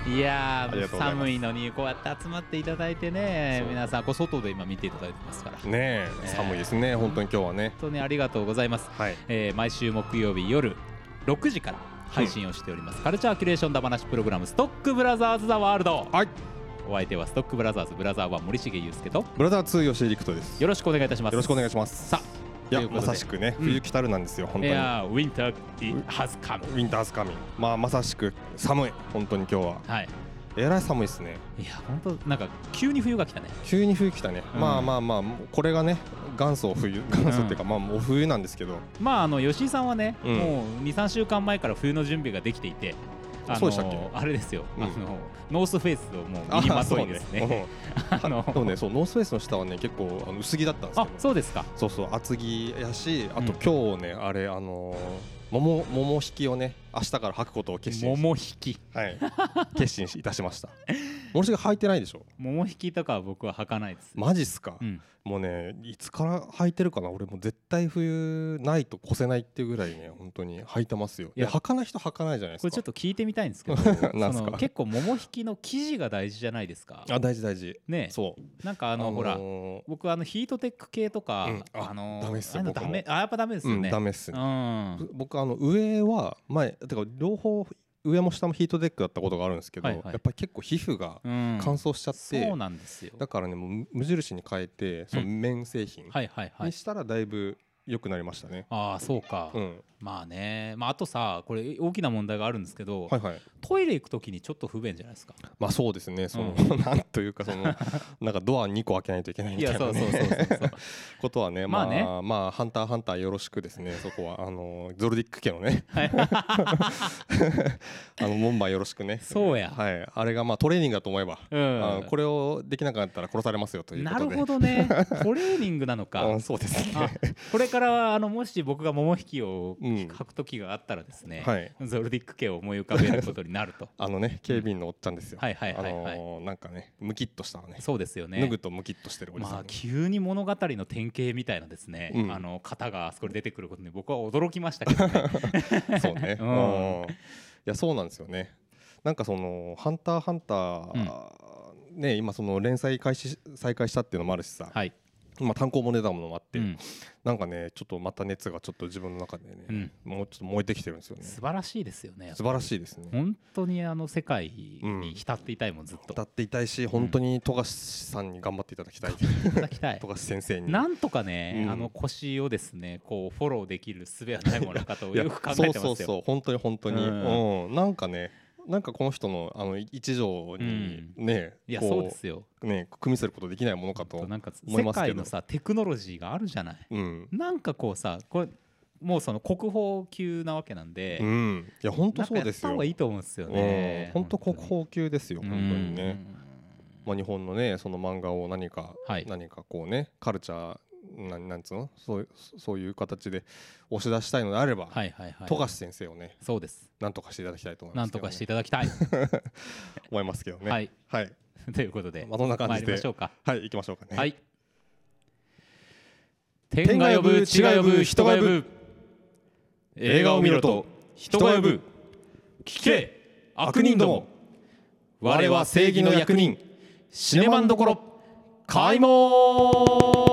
いや寒いのにこうやって集まっていただいてね、皆さんこう外で今見ていただいてますからね。寒いですね本当に今日はね。 本当にありがとうございます。毎週木曜日夜6時から配信をしております、カルチャーキュレーションだ話プログラムストックブラザーズ・ザ・ワールド。お相手はストックブラザーズブラザー1森重裕介とブラザー2吉井陸斗です。 よろしくお願いいたします。 よろしくお願いします。 さあ、 いやまさしくね冬来たるなんですよ本当に。 いやウィンターハズカミ。 ウィンターハズカミ。まさしく寒い本当に今日は。はい。えらい寒いですね。 いや本当なんか急に冬が来たね。 急に冬来たね。まあこれがね元祖っていうかお冬なんですけど。 吉井さんはねもう2、3週間前から冬の準備ができていて。 そうでしたっけ？ あれですよ、ノースフェイスをもう身にまといですね。 そうね、ノースフェイスの下はね結構薄着だったんですけど。 そうですか。 そう厚着やし、あと今日ねあれ桃引きをね明日から履くことを決心。 桃引き。 はい。決心いたしました。森重履いてないでしょ？ 桃引きとかは僕は履かないです。 マジっすか？もうねいつから履いてるかな。俺も絶対冬ないと越せないっていうぐらいね本当に履いてますよ。いや履かない人履かないじゃないですか。 これちょっと聞いてみたいんですけど結構桃引きの生地が大事じゃないですか。 大事ね。 そうなんかほら僕ヒートテック系とかダメっすよ。 やっぱダメですよね。 ダメっす。僕上は前てか両方上も下もヒートテックだったことがあるんですけど、やっぱり結構皮膚が乾燥しちゃって、 そうなんですよ。 だからねもう無印に変えてその綿製品にしたらだいぶ良くなりましたね。 そうか。まあね、あとさこれ大きな問題があるんですけど、トイレ行くときにちょっと不便じゃないですか。 そうですね。なんというかなんかドア2個開けないといけないみたいなことはね、ハンターよろしくですね。そこはゾルディック家のね門番よろしくね。 そうや。 あれがトレーニングだと思えば、これをできなかったら殺されますよということで。 なるほどね。トレーニングなのか。 そうですね。 これからはもし僕が桃引きを書く時があったらですね、ゾルディック家を思い浮かべることになると。 警備員のおっちゃんですよ。なんかねムキッとしたね。 そうですよね。 脱ぐとムキッとしてるおじさん。 急に物語の典型みたいなですね、方があそこで出てくることに僕は驚きましたけどね。 そうね。いやそうなんですよね。なんかハンターね今連載再開したっていうのもあるしさ。単行本出たものもあって、なんかねちょっとまた熱がちょっと自分の中でね、もうちょっと燃えてきてるんですよね。 素晴らしいですよね。 素晴らしいですね。 本当に世界に浸っていたいもんずっと。 浸っていたいし、本当に富樫さんに頑張っていただきたい。富樫先生に。 なんとかね腰をですねこうフォローできる術はないものかとよく考えてますよ。 そう本当になんかね。なんかこの人の一条にね、 そうですよね組みすることできないものかと思いますけど、 世界のさテクノロジーがあるじゃない。なんかこうさこれもう国宝級なわけなんで、 いや本当そうですよ。 やった方がいいと思うんですよね。 本当国宝級ですよ本当にね。日本のねその漫画を何かこうねカルチャーなんつうのそういう形で押し出したいのであれば富樫先生をねそうですなんとかしていただきたいと思います。 なんとかしていただきたい思いますけどね。 はいということでそんな感じで参りましょうか。 行きましょうかね。 はい天が呼ぶ地が呼ぶ人が呼ぶ映画を見ろと人が呼ぶ聞け悪人ども我は正義の役人シネマンどころ開門。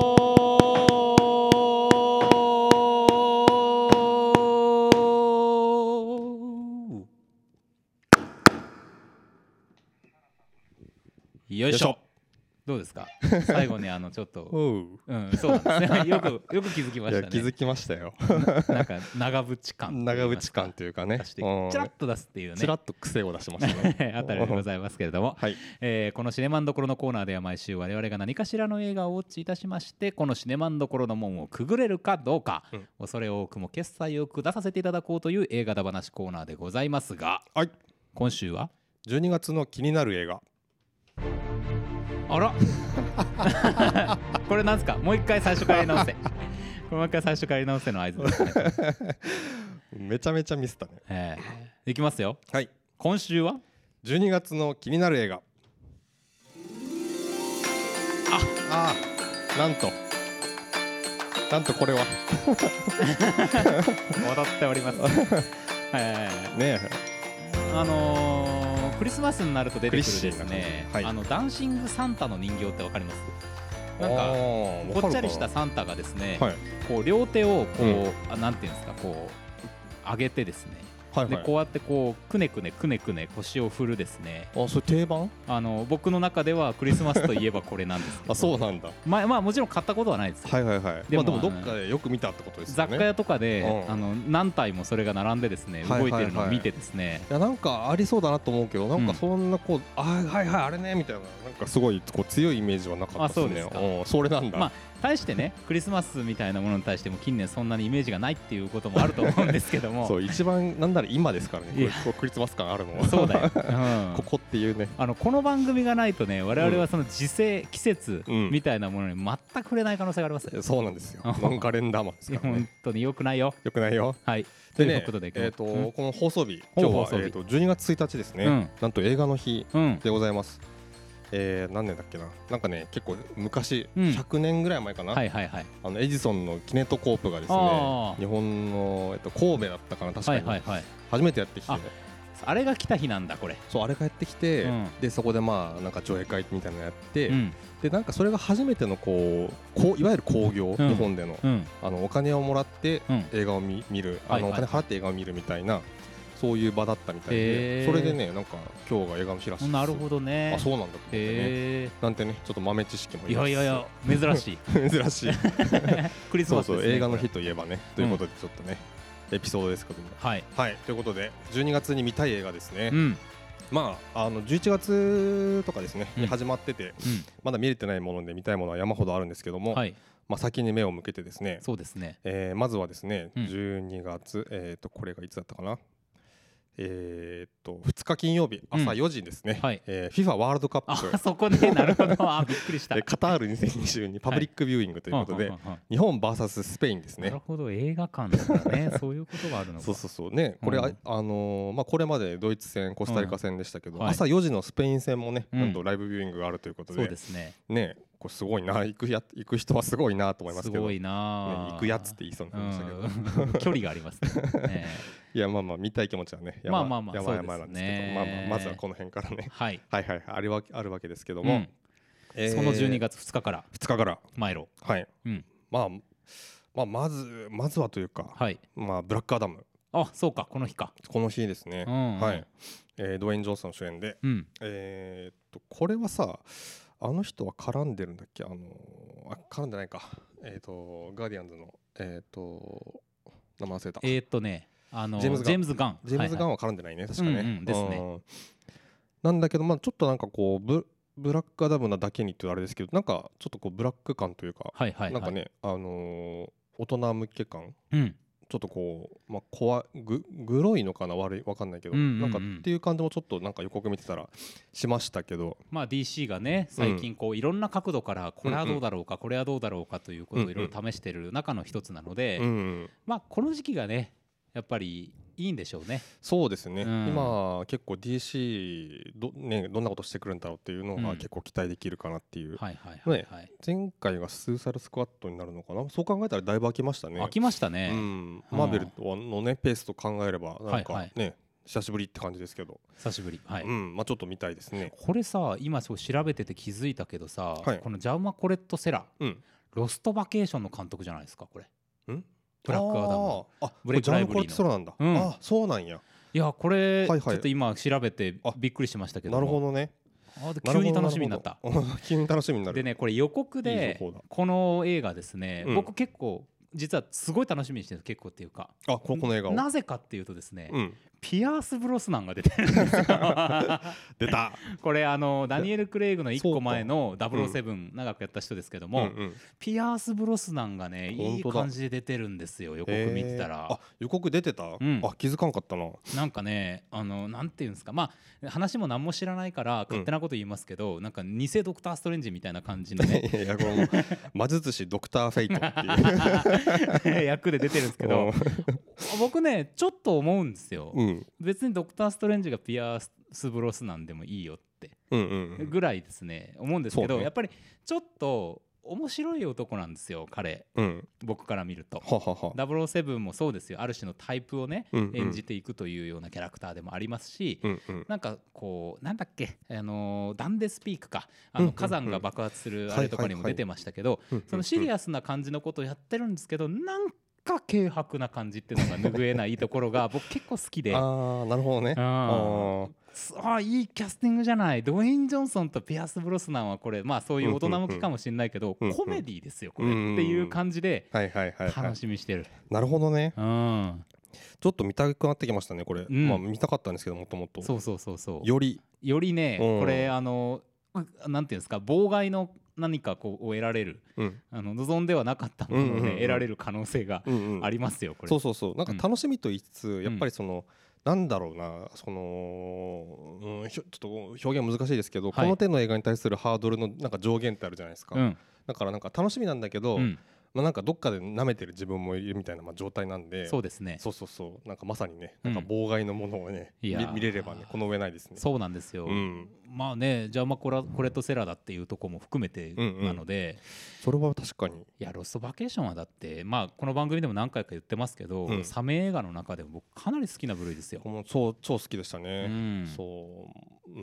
よいしょ。どうですか最後にちょっとそうなんですね。よく気づきましたね。 気づきましたよ。 なんか長渕感というかねチラッと出すっていうね。 チラッと癖を出しましたね。 あたりでございますけれども、このシネマンどころのコーナーでは毎週我々が何かしらの映画をウォッチいたしまして、このシネマンどころの門をくぐれるかどうか、恐れ多くも決済を下させていただこうという映画だ話コーナーでございますが、今週は 12月の気になる映画。 あらこれなんですか。もう一回最初からやり直せ。もう一回最初からやり直せの合図ですね。 めちゃめちゃミスったね。 いきますよ。今週は 12月の気になる映画。なんとこれは踊っております。ねえクリスマスになると出てくるですね、 はい、 ダンシングサンタの人形ってわかります？なんかぽっちゃりしたサンタがですね、はい、こう両手をこう、なんていうんですか、こう上げてですね、はいはい、でこうやってこうくねくねくねくね腰を振るですね。 あ、それ定番？ 僕の中ではクリスマスといえばこれなんですけど。 あ、そうなんだ。 まあもちろん買ったことはないですよ。 はいはいはい。でもどっかでよく見たってことですよね。 雑貨屋とかで何体もそれが並んでですね、動いてるのを見てですね。 いや、なんかありそうだなと思うけど、なんかそんなこう、はいはいあれねみたいな、なんかすごいこう強いイメージはなかったですね。 あ、そうですか。 それなんだ。 まあ対してね、クリスマスみたいなものに対しても近年そんなにイメージがないっていうこともあると思うんですけども。 そう一番なんなら今ですからね、クリスマス感あるのは。 そうだよ、 ここっていうね、 この番組がないとね、我々はその時勢、季節みたいなものに全く触れない可能性があります。 そうなんですよ。ノンカレンダーマンですからね。 本当に良くないよ。 良くないよ。 はい。ということで、 この放送日、今日は12月1日ですね。なんと映画の日でございます。何年だっけな、なんかね、結構昔、100年ぐらい前かな、エジソンのキネトコープがですね、日本の神戸だったかな、確かに初めてやってきて、 あれが来た日なんだこれ。 そう、あれがやってきて、でそこでまあなんか上映会みたいなのやって、でなんかそれが初めてのこういわゆる興行、日本でのお金をもらって映画を見る、お金払って映画を見るみたいな、そういう場だったみたいで、それでね、なんか今日が映画の日らしいです。 なるほどね。 あ、そうなんだと思ってね。なんてね、ちょっと豆知識もいや珍しい珍しいクリスマスですね。 そう映画の日といえばね、ということでちょっとね、エピソードですけども、はいということで12月に見たい映画ですね。まあ11月とかですねに始まってて、まだ見れてないもので見たいものは山ほどあるんですけども、まあ先に目を向けてですね、 そうですね、 まずはですね、12月これがいつだったかな、2日金曜日朝4時ですね、FIFA ワールドカップ、 あそこね、なるほど、びっくりしたカタール2022パブリックビューイングということで、日本 VS スペインですね。 なるほど、映画館だからねそういうことがあるのか。 そうね、これまあこれまでドイツ戦コスタリカ戦でしたけど、朝4時のスペイン戦もね、なんとライブビューイングがあるということで、 そうですね、 これすごいな、行く人はすごいなと思いますけど、 すごいな、 行くやつって言いそうになりましたけど、 距離がありますね。 いや、まあ見たい気持ちはね、山々なんですけど、まずはこの辺からね、あるわけですけども、 その12月2日から参ろう。 まあまずはというか、まあブラックアダム、 そうか、この日ですね。ドウェイン・ジョンソン主演で、これはさ、あの人は絡んでるんだっけ、絡んでないか、ガーディアンズの名前忘れた。 ジェームズ・ガンは絡んでないね、確かね。ですね。なんだけど、まあちょっとなんかこうブラックアダムなだけにってあれですけど、なんかちょっとこうブラック感というか、なんかね、大人向け感、ちょっとこう、まあグロいのかな、わかんないけど、なんかっていう感じもちょっとなんか予告見てたらしましたけど、 まあ DC がね、最近こういろんな角度からこれはどうだろうか、これはどうだろうかということをいろいろ試してる中の一つなので、まあこの時期がね、やっぱりいいんでしょうね。 そうですね、今結構 DC どんなことしてくるんだろうっていうのが結構期待できるかなっていう。前回がスーサイドスクワットになるのかな、そう考えたらだいぶ空きましたね。 空きましたね。 マーベルのねペースと考えればなんかね、久しぶりって感じですけど、 久しぶり、 まあちょっと見たいですね。 これさ、今そう調べてて気づいたけどさ、このジャウマ・コレット・セラ、ロストバケーションの監督じゃないですか、これ。ブラックアダム、 ブレイクライブリーの。なんだ。あ、そうなんや。 いや、これちょっと今調べてびっくりしましたけど。 なるほどね。 急に楽しみになった。 急に楽しみになる。 でね、これ予告でこの映画ですね、僕結構実はすごい楽しみにしてる、結構っていうか、 この映画をなぜかっていうとですね、ピアース・ブロスナンが出てるんですよ出た。 これダニエル・クレイグの1個前の007、長くやった人ですけども、ピアース・ブロスナンがね、いい感じで出てるんですよ、予告見てたら。 予告出てた？気づかんかったな。 なんかね、なんていうんですか、まあ話も何も知らないから勝手なこと言いますけど、なんか偽ドクター・ストレンジみたいな感じのねいや、この魔術師ドクター・フェイトっていう役で出てるんですけど、僕ねちょっと思うんですよ。別にドクター・ストレンジがピアース・ブロスなんでもいいよってぐらいですね、思うんですけど、やっぱりちょっと面白い男なんですよ彼、僕から見ると。007もそうですよ、ある種のタイプをね、演じていくというようなキャラクターでもありますし、なんかこうなんだっけ、ダンデスピークか、火山が爆発するあれとかにも出てましたけど、そのシリアスな感じのことをやってるんですけど、なんか軽薄な感じっていうのが拭えないところが僕結構好きで。 なるほどね。 いいキャスティングじゃない。ドウェイン・ジョンソンとピアス・ブロスナンはこれそういう大人向きかもしれないけど、コメディですよこれっていう感じで楽しみしてる。 なるほどね。ちょっと見たくなってきましたねこれ。見たかったんですけど、もともとそうよりね、これなんていうんですか、妨害の何かこう得られる、望んではなかったもので得られる可能性がありますよこれ。 そうなんか楽しみと言いつつ、やっぱりそのなんだろうな、そのちょっと表現難しいですけど、この手の映画に対するハードルのなんか上限ってあるじゃないですか。だからなんか楽しみなんだけど、なんかどっかで舐めてる自分もいるみたいな状態なんで。 そうですね。 そうなんかまさにね、なんか妨害のものをね見れればねこの上ないですね。 そうなんですよ。まあね、じゃあこれとセラだっていうところも含めてなので、 それは確かに。 いやロストバケーションはだってこの番組でも何回か言ってますけど、サメ映画の中でも僕かなり好きな部類ですよ。 超好きでしたね。そう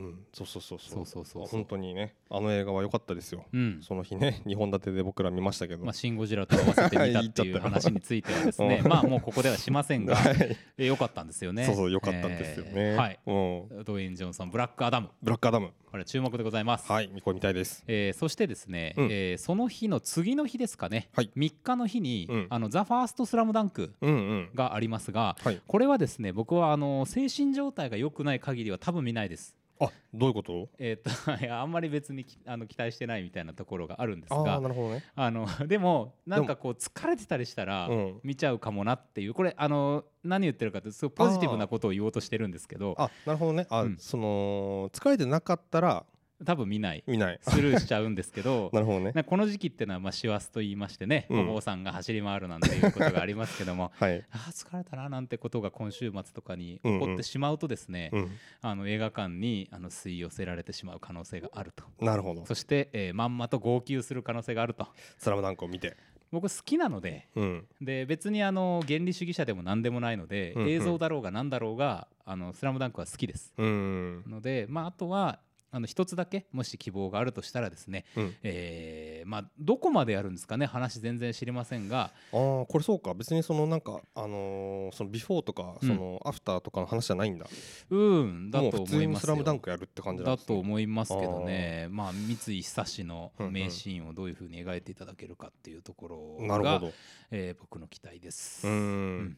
本当にね、あの映画は良かったですよ。その日ね2本立てで僕ら見ましたけど、 シン・ゴジラと合わせて見たっていう話についてはですねもうここではしませんが良かったんですよね。 良かったんですよね。 ドウェイン・ジョンソン、ブラックアダム、これ注目でございます。 見たいです。 そしてですね、その日の次の日ですかね、3日の日にザ・ファースト・スラムダンクがありますが、これはですね僕は精神状態が良くない限りは多分見ないです。 どういうこと？ いやあんまり別に期待してないみたいなところがあるんですが、 なるほどね。 でもなんかこう疲れてたりしたら見ちゃうかもなっていう、これ何言ってるかってすごいポジティブなことを言おうとしてるんですけど、 なるほどね。その疲れてなかったら多分見ないスルーしちゃうんですけどなるほどね。 この時期ってのは師走と言いましてね、お坊さんが走り回るなんていうことがありますけども、疲れたななんてことが今週末とかに起こってしまうとですね、映画館に吸い寄せられてしまう可能性があると。 なるほど。 そして、まんまと号泣する可能性があると。 スラムダンクを見て僕好きなので、で別に原理主義者でも何でもないので、映像だろうが何だろうがスラムダンクは好きです。のであとは一つだけもし希望があるとしたらですね、どこまでやるんですかね、話全然知りませんが、 これそうか、別にそのなんかそのビフォーとかそのアフターとかの話じゃないんだ。 だと思いますよ。 もう普通にスラムダンクやるって感じなんですね。 だと思いますけどね。三井久志の名シーンをどういう風に描いていただけるかっていうところが僕の期待です。 上映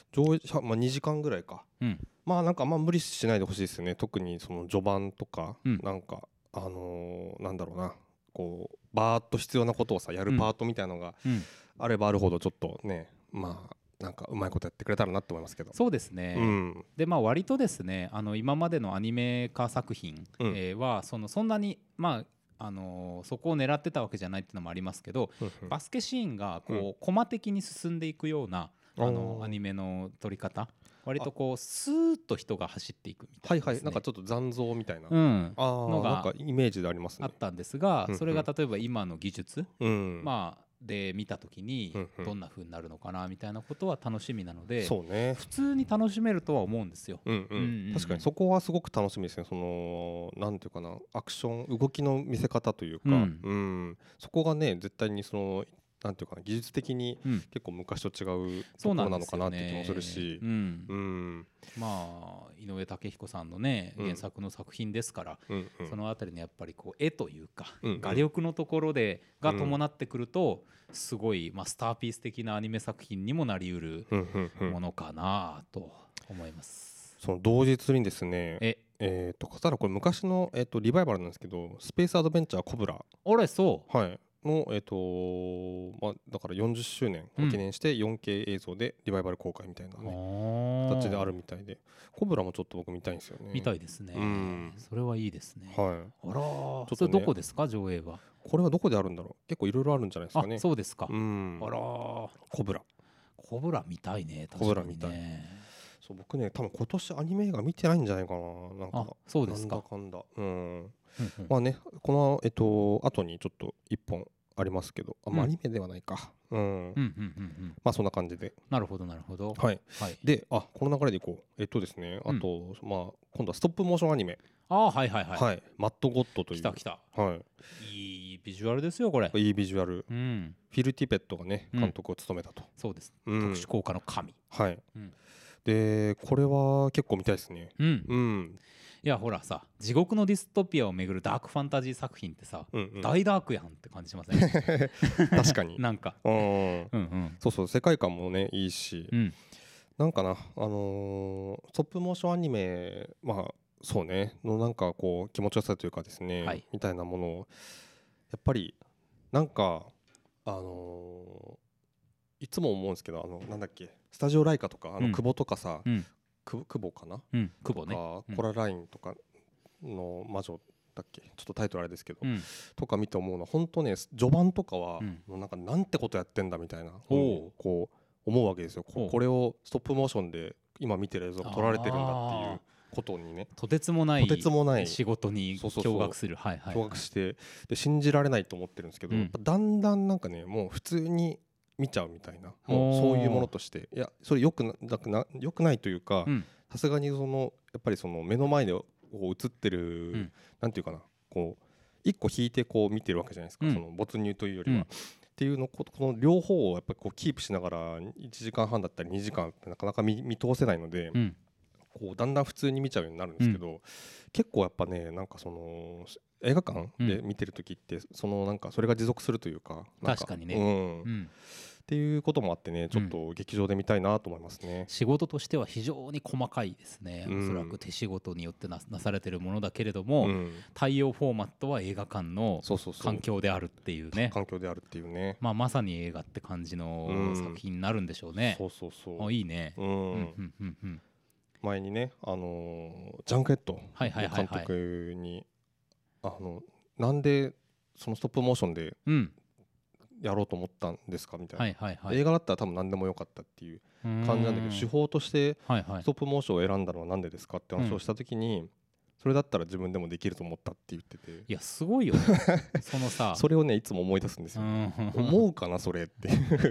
2時間ぐらいか。なんか無理しないでほしいですよね。特にその序盤とか、なんかなんだろうな、こうバーッと必要なことをやるパートみたいなのがあればあるほどちょっとね、なんかうまいことやってくれたらなって思いますけど。 そうですね。で割とですね今までのアニメ化作品はそんなにそこを狙ってたわけじゃないっていうのもありますけど、バスケシーンがこうコマ的に進んでいくようなアニメの撮り方、割とこうスーッと人が走っていくみたいな、 なんかちょっと残像みたいなのがなんかイメージでありますね。 あったんですが、それが例えば今の技術で見た時にどんな風になるのかなみたいなことは楽しみなので、普通に楽しめるとは思うんですよ。 確かにそこはすごく楽しみですね。そのなんていうかな、アクション動きの見せ方というか、そこがね絶対にそのなんていうかな、技術的に結構昔と違うところなのかなって気もするし、 井上武彦さんのね原作の作品ですから、そのあたりのやっぱりこう絵というか画力のところでが伴ってくるとすごいスターピース的なアニメ作品にもなりうるものかなと思います。 その同日にですね、ただこれ昔のリバイバルなんですけど、スペースアドベンチャーコブラ、のだから40周年を記念して 4K 映像でリバイバル公開みたいなね形であるみたいで、コブラもちょっと僕見たいんですよね。 見たいですね。それはいいですね。 あら、 それどこですか、上映は。 これはどこであるんだろう。結構いろいろあるんじゃないですかね。 そうですか。 あら、コブラ見たいね。 コブラ見たい。そう、僕ね多分今年アニメ映画見てないんじゃないかな。なんかそうですか。 なんだかんだ。この後にちょっと一本ありますけど、アニメではないか、まあそんな感じで。 なるほどなるほど。 はい、でこの流れでいこう。ですね、あと、今度はストップモーションアニメ。 はいはいはい。 マッドゴッドという。 来た。いいビジュアルですよこれ。 いいビジュアル。フィル・ティペットがね監督を務めたと。 そうです。特殊効果の神。 でこれは結構見たいですね。 いやほらさ、地獄のディストピアをめぐるダークファンタジー作品ってさ、大ダークやんって感じしません？ 確かに。 なんかそう世界観もねいいし、なんかなストップモーションアニメそうねのなんかこう気持ちよさというかですね、みたいなものをやっぱりなんかいつも思うんですけど、なんだっけ、スタジオライカとか久保とかさ、久保かな、 久保ね、 コララインとかの魔女だっけ、ちょっとタイトルあれですけど、とか見て思うのは本当ね、序盤とかはなんてことやってんだみたいなこう思うわけですよ。これをストップモーションで今見てる映像が撮られてるんだっていうことにね、 とてつもない仕事に驚驚愕してで信じられないと思ってるんですけど、だんだんなんかねもう普通に見ちゃうみたいな、もうそういうものとして、いやそれよくないというか、さすがにやっぱり目の前でこう映ってる、なんていうかな、こう一個引いてこう見てるわけじゃないですか、没入というよりは、っていうこの両方をやっぱりこうキープしながら1時間半だったり2時間ってなかなか見通せないので、こうだんだん普通に見ちゃうようになるんですけど、結構やっぱねなんか映画館で見てる時ってなんかそれが持続するというか、 確かにね、 っていうこともあってね、ちょっと劇場で見たいなと思いますね。 仕事としては非常に細かいですね。おそらく手仕事によってなされてるものだけれども、対応フォーマットは映画館の環境であるっていうね。まさに映画って感じの作品になるんでしょうね。いいね。 前にねジャンクエット監督になんでそのストップモーションでやろうと思ったんですかみたいな、映画だったら多分何でもよかったっていう感じなんだけど、手法としてストップモーションを選んだのはなんでですかって話をした時に、それだったら自分でもできると思ったって言ってて、 いやすごいよねそれをねいつも思い出すんですよ。思うかなそれって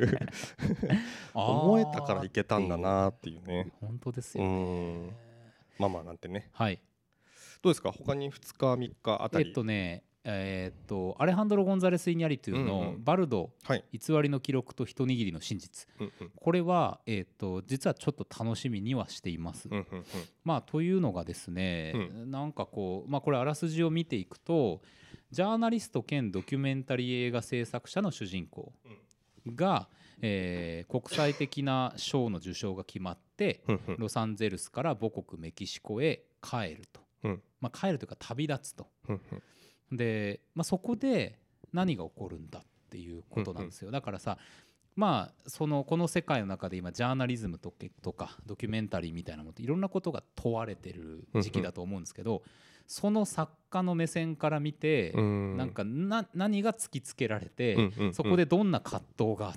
思えたからいけたんだなっていうね。 本当ですよね。 ママなんてね。どうですか他に2日3日あたり。 アレハンドロ・ゴンザレス・イニャリトゥのバルド、偽りの記録と一握りの真実、これは、実はちょっと楽しみにはしています。というのがですね、なんかこう、これあらすじを見ていくと、ジャーナリスト兼ドキュメンタリー映画制作者の主人公が、国際的な賞の受賞が決まって、ロサンゼルスから母国メキシコへ帰ると、帰るというか旅立つと。でそこで何が起こるんだっていうことなんですよ。だからさ、この世界の中で今ジャーナリズムとかドキュメンタリーみたいなものっていろんなことが問われてる時期だと思うんですけど、その作家の目線から見てなんか何が突きつけられて、そこでどんな葛藤があって、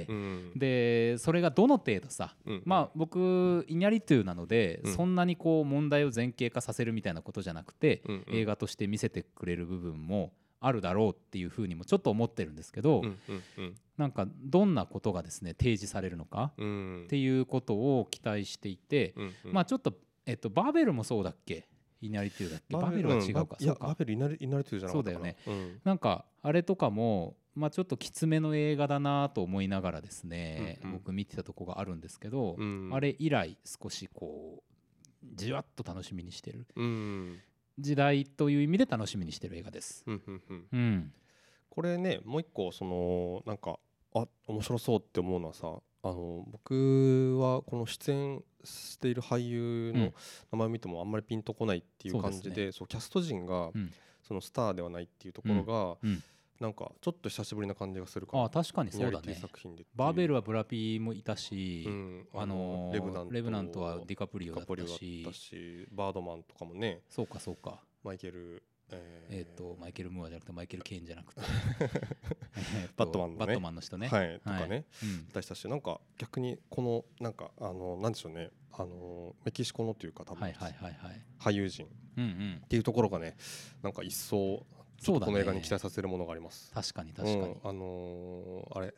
でそれがどの程度さ、僕イニャリトゥなのでそんなにこう問題を前傾化させるみたいなことじゃなくて、映画として見せてくれる部分もあるだろうっていうふうにもちょっと思ってるんですけど、なんかどんなことがですね提示されるのかっていうことを期待していて、ちょっとバーベルもそうだっけ、イニャリトゥだっけ、バーベルは違うか、 いやバーベルイニャリトゥじゃなかったかな。 そうだよね。なんかあれとかもちょっときつめの映画だなと思いながらですね、僕見てたとこがあるんですけど、あれ以来少しこうじわっと楽しみにしてる、時代という意味で楽しみにしてる映画です。 これねもう一個なんか面白そうって思うのはさ、僕はこの出演している俳優の名前を見てもあんまりピンとこないっていう感じで、キャスト陣がそのスターではないっていうところがなんかちょっと久しぶりな感じがするから。 確かにそうだね。バーベルはブラピもいたし、レブナントはディカプリオだったし、 バードマンとかもね。 そうかマイケルマイケル・ムーアじゃなくてマイケル・ケインじゃなくてバットマンの人ね、 とかね、私たちなんか逆にこのなんかなんでしょうね、メキシコのというか多分俳優陣っていうところがねなんか一層ちょっとこの映画に期待させるものがあります。 確かに確かに、 あれ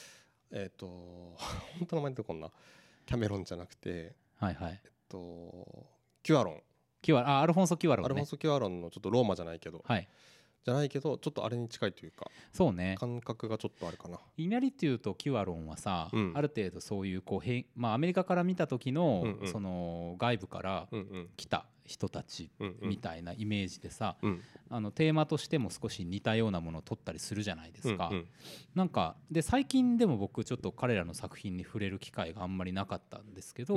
本当の名前出てこんな、キャメロンじゃなくて、 はいはい、 キュアロン、 アルフォンソ・キュアロンね。 アルフォンソ・キュアロンのちょっとローマじゃないけど、 はい、 じゃないけどちょっとあれに近いというか、 そうね、 感覚がちょっとあるかな。 いきなりっていうとキュアロンはさ、 うん、 ある程度そういうこうまあ、アメリカから見た時の、 うんうん、 その外部から来た人たちみたいなイメージでさ、 うんうん、 テーマとしても少し似たようなものを撮ったりするじゃないですか、 うんうん、 なんかで最近でも僕ちょっと彼らの作品に触れる機会があんまりなかったんですけど、 うん、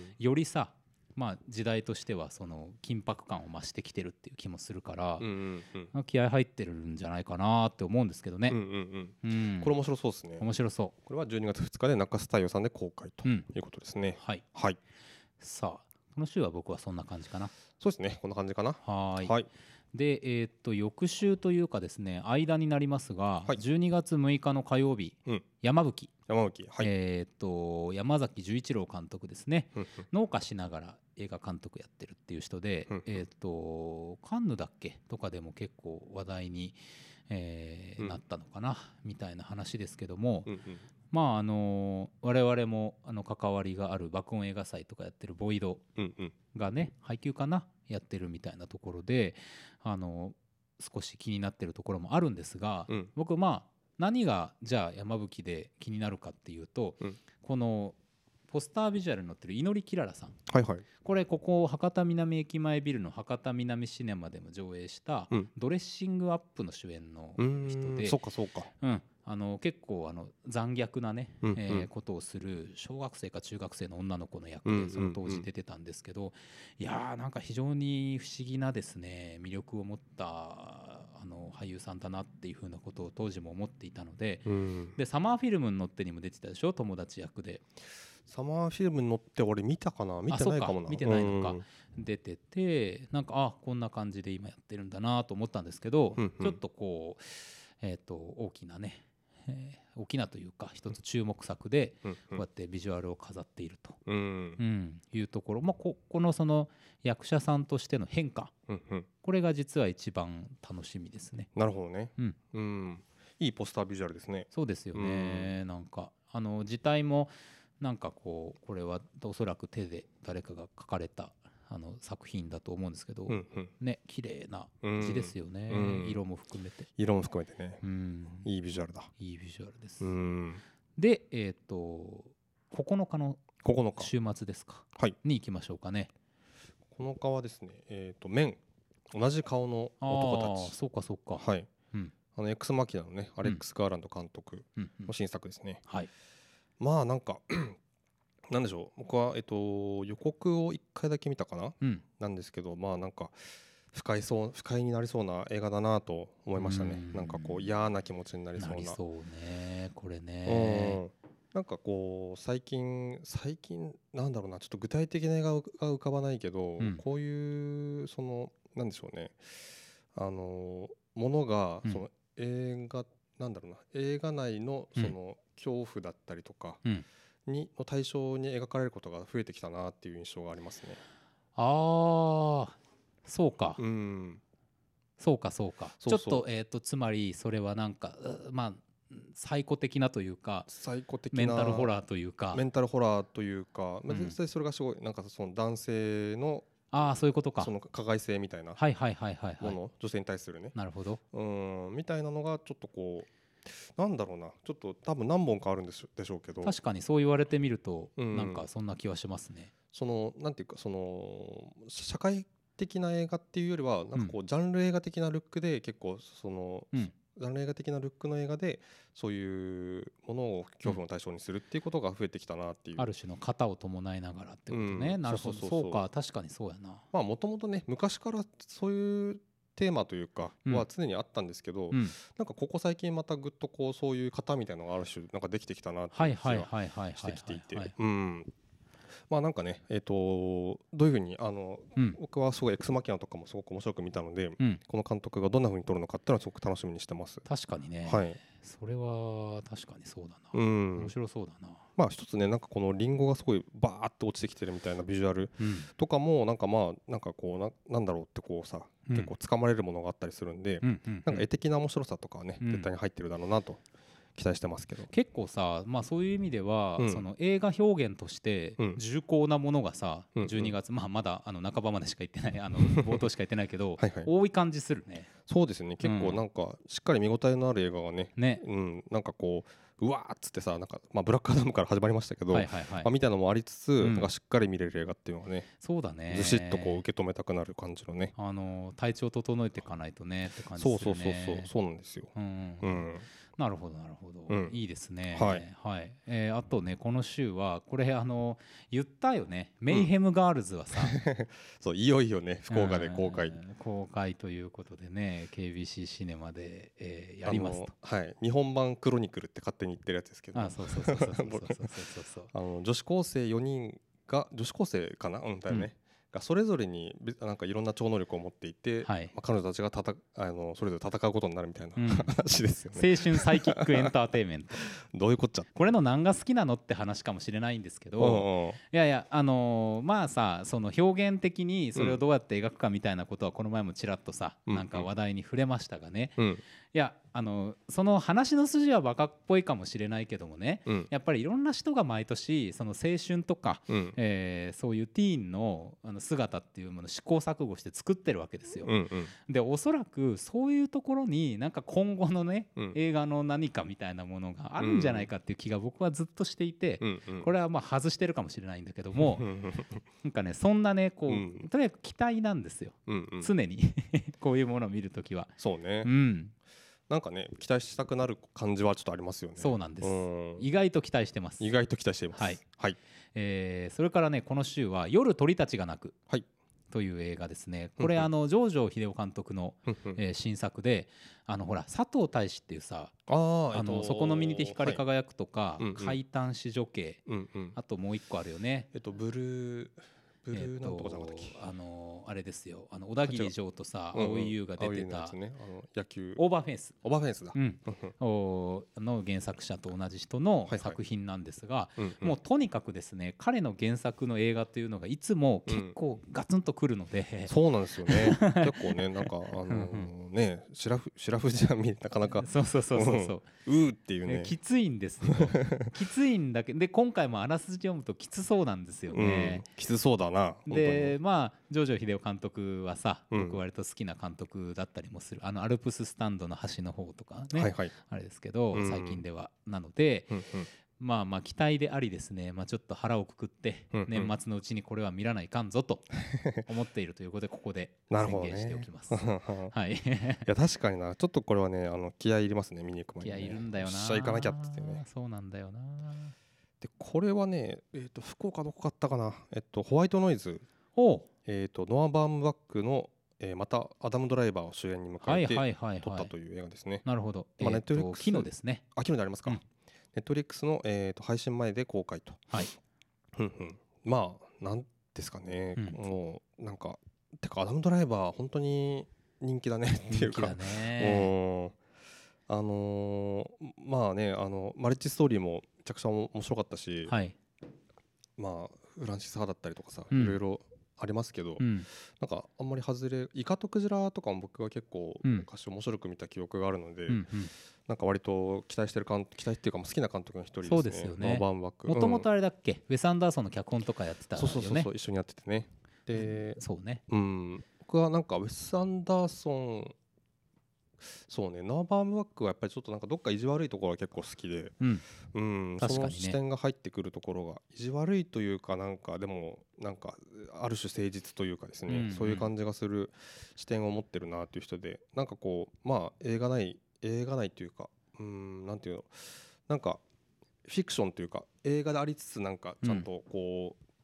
よりさ、まあ、時代としてはその緊迫感を増してきてるっていう気もするから、 うんうんうん、 気合入ってるんじゃないかなって思うんですけどね、 うんうんうん、 これ面白そうですね。 面白そう。 これは12月2日で中洲太陽さんで公開ということですね、 はい、 はい、 さあこの週は僕はそんな感じかな。 そうですね、こんな感じかな。 はい、 はい、 で、翌週というかですね、間になりますが、 はい、 12月6日の火曜日、 うん、 山吹、 はい、 山崎十一郎監督ですね、 うんうん、 農家しながら映画監督やってるっていう人で、 うんうん、 カンヌだっけとかでも結構話題に、なったのかなみたいな話ですけども、 うんうん、 まあ我々も関わりがある爆音映画祭とかやってるボイドがね、配給かなやってるみたいなところで少し気になってるところもあるんですが、 うん、 僕まあ何がじゃあ山吹で気になるかっていうと、 うん、 このポスタービジュアルに載ってる祈りきららさん、 はいはい、 これここ博多南駅前ビルの博多南シネマでも上映したドレッシングアップの主演の人で、 そうかそうか、 うん、結構残虐なね、ことをする小学生か中学生の女の子の役でその当時出てたんですけど、いやーなんか非常に不思議なですね魅力を持った俳優さんだなっていうふうなことを当時も思っていたので、でサマーフィルムに乗ってにも出てたでしょ、友達役で。 サマーフィルムに乗って俺見たかな、見てないかもな。 見てないのか、出ててなんかこんな感じで今やってるんだなと思ったんですけど、ちょっとこう大きなね、大きなというか一つ注目作でこうやってビジュアルを飾っていると、いうところ、まあ、このその役者さんとしての変化、これが実は一番楽しみですね。 なるほどね、いいポスタービジュアルですね。 そうですよね、なんか字体もなんかこうこれはおそらく手で誰かが描かれた作品だと思うんですけど、ね、綺麗な字ですよね、色も含めてね、いいビジュアルだ。 いいビジュアルです。で9日の週末ですか、に行きましょうかね。 9日はですね、面同じ顔の男たち。 そうかそうか、 はい、エクスマキナのねアレックス・ガーランド監督の新作ですね。 はい、 まあなんかなんでしょう、僕は予告を1回だけ見たかな、なんですけど、まあなんか不快になりそうな映画だなと思いましたね。なんかこう嫌な気持ちになりそうな。 なりそうね、これね。 なんかこう最近なんだろうな、ちょっと具体的な映画が浮かばないけど、こういうそのなんでしょうね、ものがその映画なんだろうな、映画内のその恐怖だったりとかの対象に描かれることが増えてきたなっていう印象がありますね。 そうか、そうかちょっとつまりそれはなんかまあサイコ的なというかメンタルホラーというか、 実際それがすごいなんかその男性のそういうことか、 その加害性みたいなもの、女性に対するね、 なるほど、 みたいなのがちょっとこうなんだろうな、ちょっと多分何本かあるんでしょうけど、 確かにそう言われてみるとなんかそんな気はしますね。 そのなんていうか、その社会的な映画っていうよりはなんかこうジャンル映画的なルックで結構そのジャンル映画的なルックの映画でそういうものを恐怖の対象にするっていうことが増えてきたなっていう、 ある種の型を伴いながらってことね。なるほど、そうか、確かにそうやな。 まあもともとね昔からそういうテーマというかは常にあったんですけど、なんかここ最近またぐっとこうそういう型みたいなのがある種なんかできてきたなっていう気がしてきていて、まあなんかねどういうふうに僕はすごいエクスマキナとかもすごく面白く見たので、この監督がどんなふうに撮るのかっていうのはすごく楽しみにしてます。 確かにね、それは確かにそうだな、面白そうだな。 まあ一つねなんかこのリンゴがすごいバーって落ちてきてるみたいなビジュアルとかもなんかまあなんかこうなんだろうってこうさ、結構掴まれるものがあったりするんで、なんか絵的な面白さとかはね、絶対に入ってるだろうなと期待してますけど、 結構さ、まあ、そういう意味では、その映画表現として重厚なものがさ、12月、まあ、まだ半ばまでしか言ってない冒頭しか言ってないけど多い感じするね。 そうですね、結構なんかしっかり見応えのある映画がね、なんかこううわーっつってさ、なんかまあブラックアダムから始まりましたけど、みたいなのもありつつ、なんかしっかり見れる映画っていうのがね、 そうだね、 ずしっとこう受け止めたくなる感じのね、 体調整えていかないとねって感じするね。 そうなんですよ。 なるほどなるほど、いいですね。あとね、この週はこれ言ったよね、メイヘムガールズはさ、 そういよいよね福岡で公開ということでね、 KBC シネマでやりますと。 日本版クロニクルって勝手に言ってるやつですけど、女子高生4人が、女子高生かな、だよね、がそれぞれになんかいろんな超能力を持っていて、彼女たちがそれぞれ戦うことになるみたいな話ですよね。 青春サイキックエンターテインメントどういうこっちゃ、 これの何が好きなのって話かもしれないんですけど、いやいやまあさ、その表現的にそれをどうやって描くかみたいなことはこの前もちらっとさ、なんか話題に触れましたがね、いやその話の筋はバカっぽいかもしれないけどもね、やっぱりいろんな人が毎年その青春とか、そういうティーンの姿っていうものを試行錯誤して作ってるわけですよ。でおそらくそういうところになんか今後のね、映画の何かみたいなものがあるんじゃないかっていう気が僕はずっとしていて、これはまあ外してるかもしれないんだけども、なんかね、そんなねこうとにかく期待なんですよ、常にこういうものを見るときは。 そうね、なんかね期待したくなる感じはちょっとありますよね。 そうなんです、意外と期待してます。 意外と期待しています。 それからね、この週は夜鳥たちが鳴くという映画ですね。これ城城秀夫監督の新作で、ほら佐藤大志っていうさ、そこの身にて光り輝くとか、怪談子女系、あともう一個あるよね、 ブルーなんとかじゃなかったっけ、 あれですよ、小田切城とさ蒼井優が出てた野球オーバーフェンスだ、 の原作者と同じ人の作品なんですが、もうとにかくですね、彼の原作の映画というのがいつも結構ガツンとくるので、 そうなんですよね結構ね、なんかね、白藤じゃなかなかそうっていうね、 きついんですよきついんだけど、で今回もあらすじ読むときつそうなんですよね。 きつそうだな。 でまあ城城秀夫監督はさ、僕割と好きな監督だったりもする、アルプススタンドの端の方とかね、あれですけど、最近ではなので、まあ期待でありですね、ちょっと腹をくくって年末のうちにこれは見らないかんぞと思っているということで、ここで宣言しておきます。いや確かにな、ちょっとこれはね気合い入れますね、見に行く前に。 気合いいるんだよな。 行かなきゃってね。 そうなんだよな。 でこれはね、福岡どこ買ったかな、ホワイトノイズ、ノア・バームバックのまたアダム・ドライバーを主演に迎えて撮ったという映画ですね。 なるほど。 ネットフリックス、 昨日ですね。 昨日でありますか。ネットフリックスの配信前で公開と。まあなんですかね、もうなんかてかアダム・ドライバー本当に人気だねっていうか、まあね、マリッジストーリーもめちゃくちゃ面白かったし、まあフランシス・ハだったりとかさ、いろいろありますけど、なんかあんまりイカとクジラとかも僕は結構昔面白く見た記憶があるので、なんか割と期待っていうか好きな監督の一人ですね。 そうですよね。もともとあれだっけ、ウェス・アンダーソンの脚本とかやってたよね。 そう一緒にやっててね。でそうね、 僕はなんかウェス・アンダーソン、そうね、ノア・バームバックはやっぱりちょっとなんかどっか意地悪いところが結構好きで、その視点が入ってくるところが意地悪いというか、なんかでもなんかある種誠実というかですね、そういう感じがする視点を持ってるなという人で、なんかこうまあ映画ないというか、なんていうの、なんかフィクションというか映画でありつつ、なんかちゃんとこう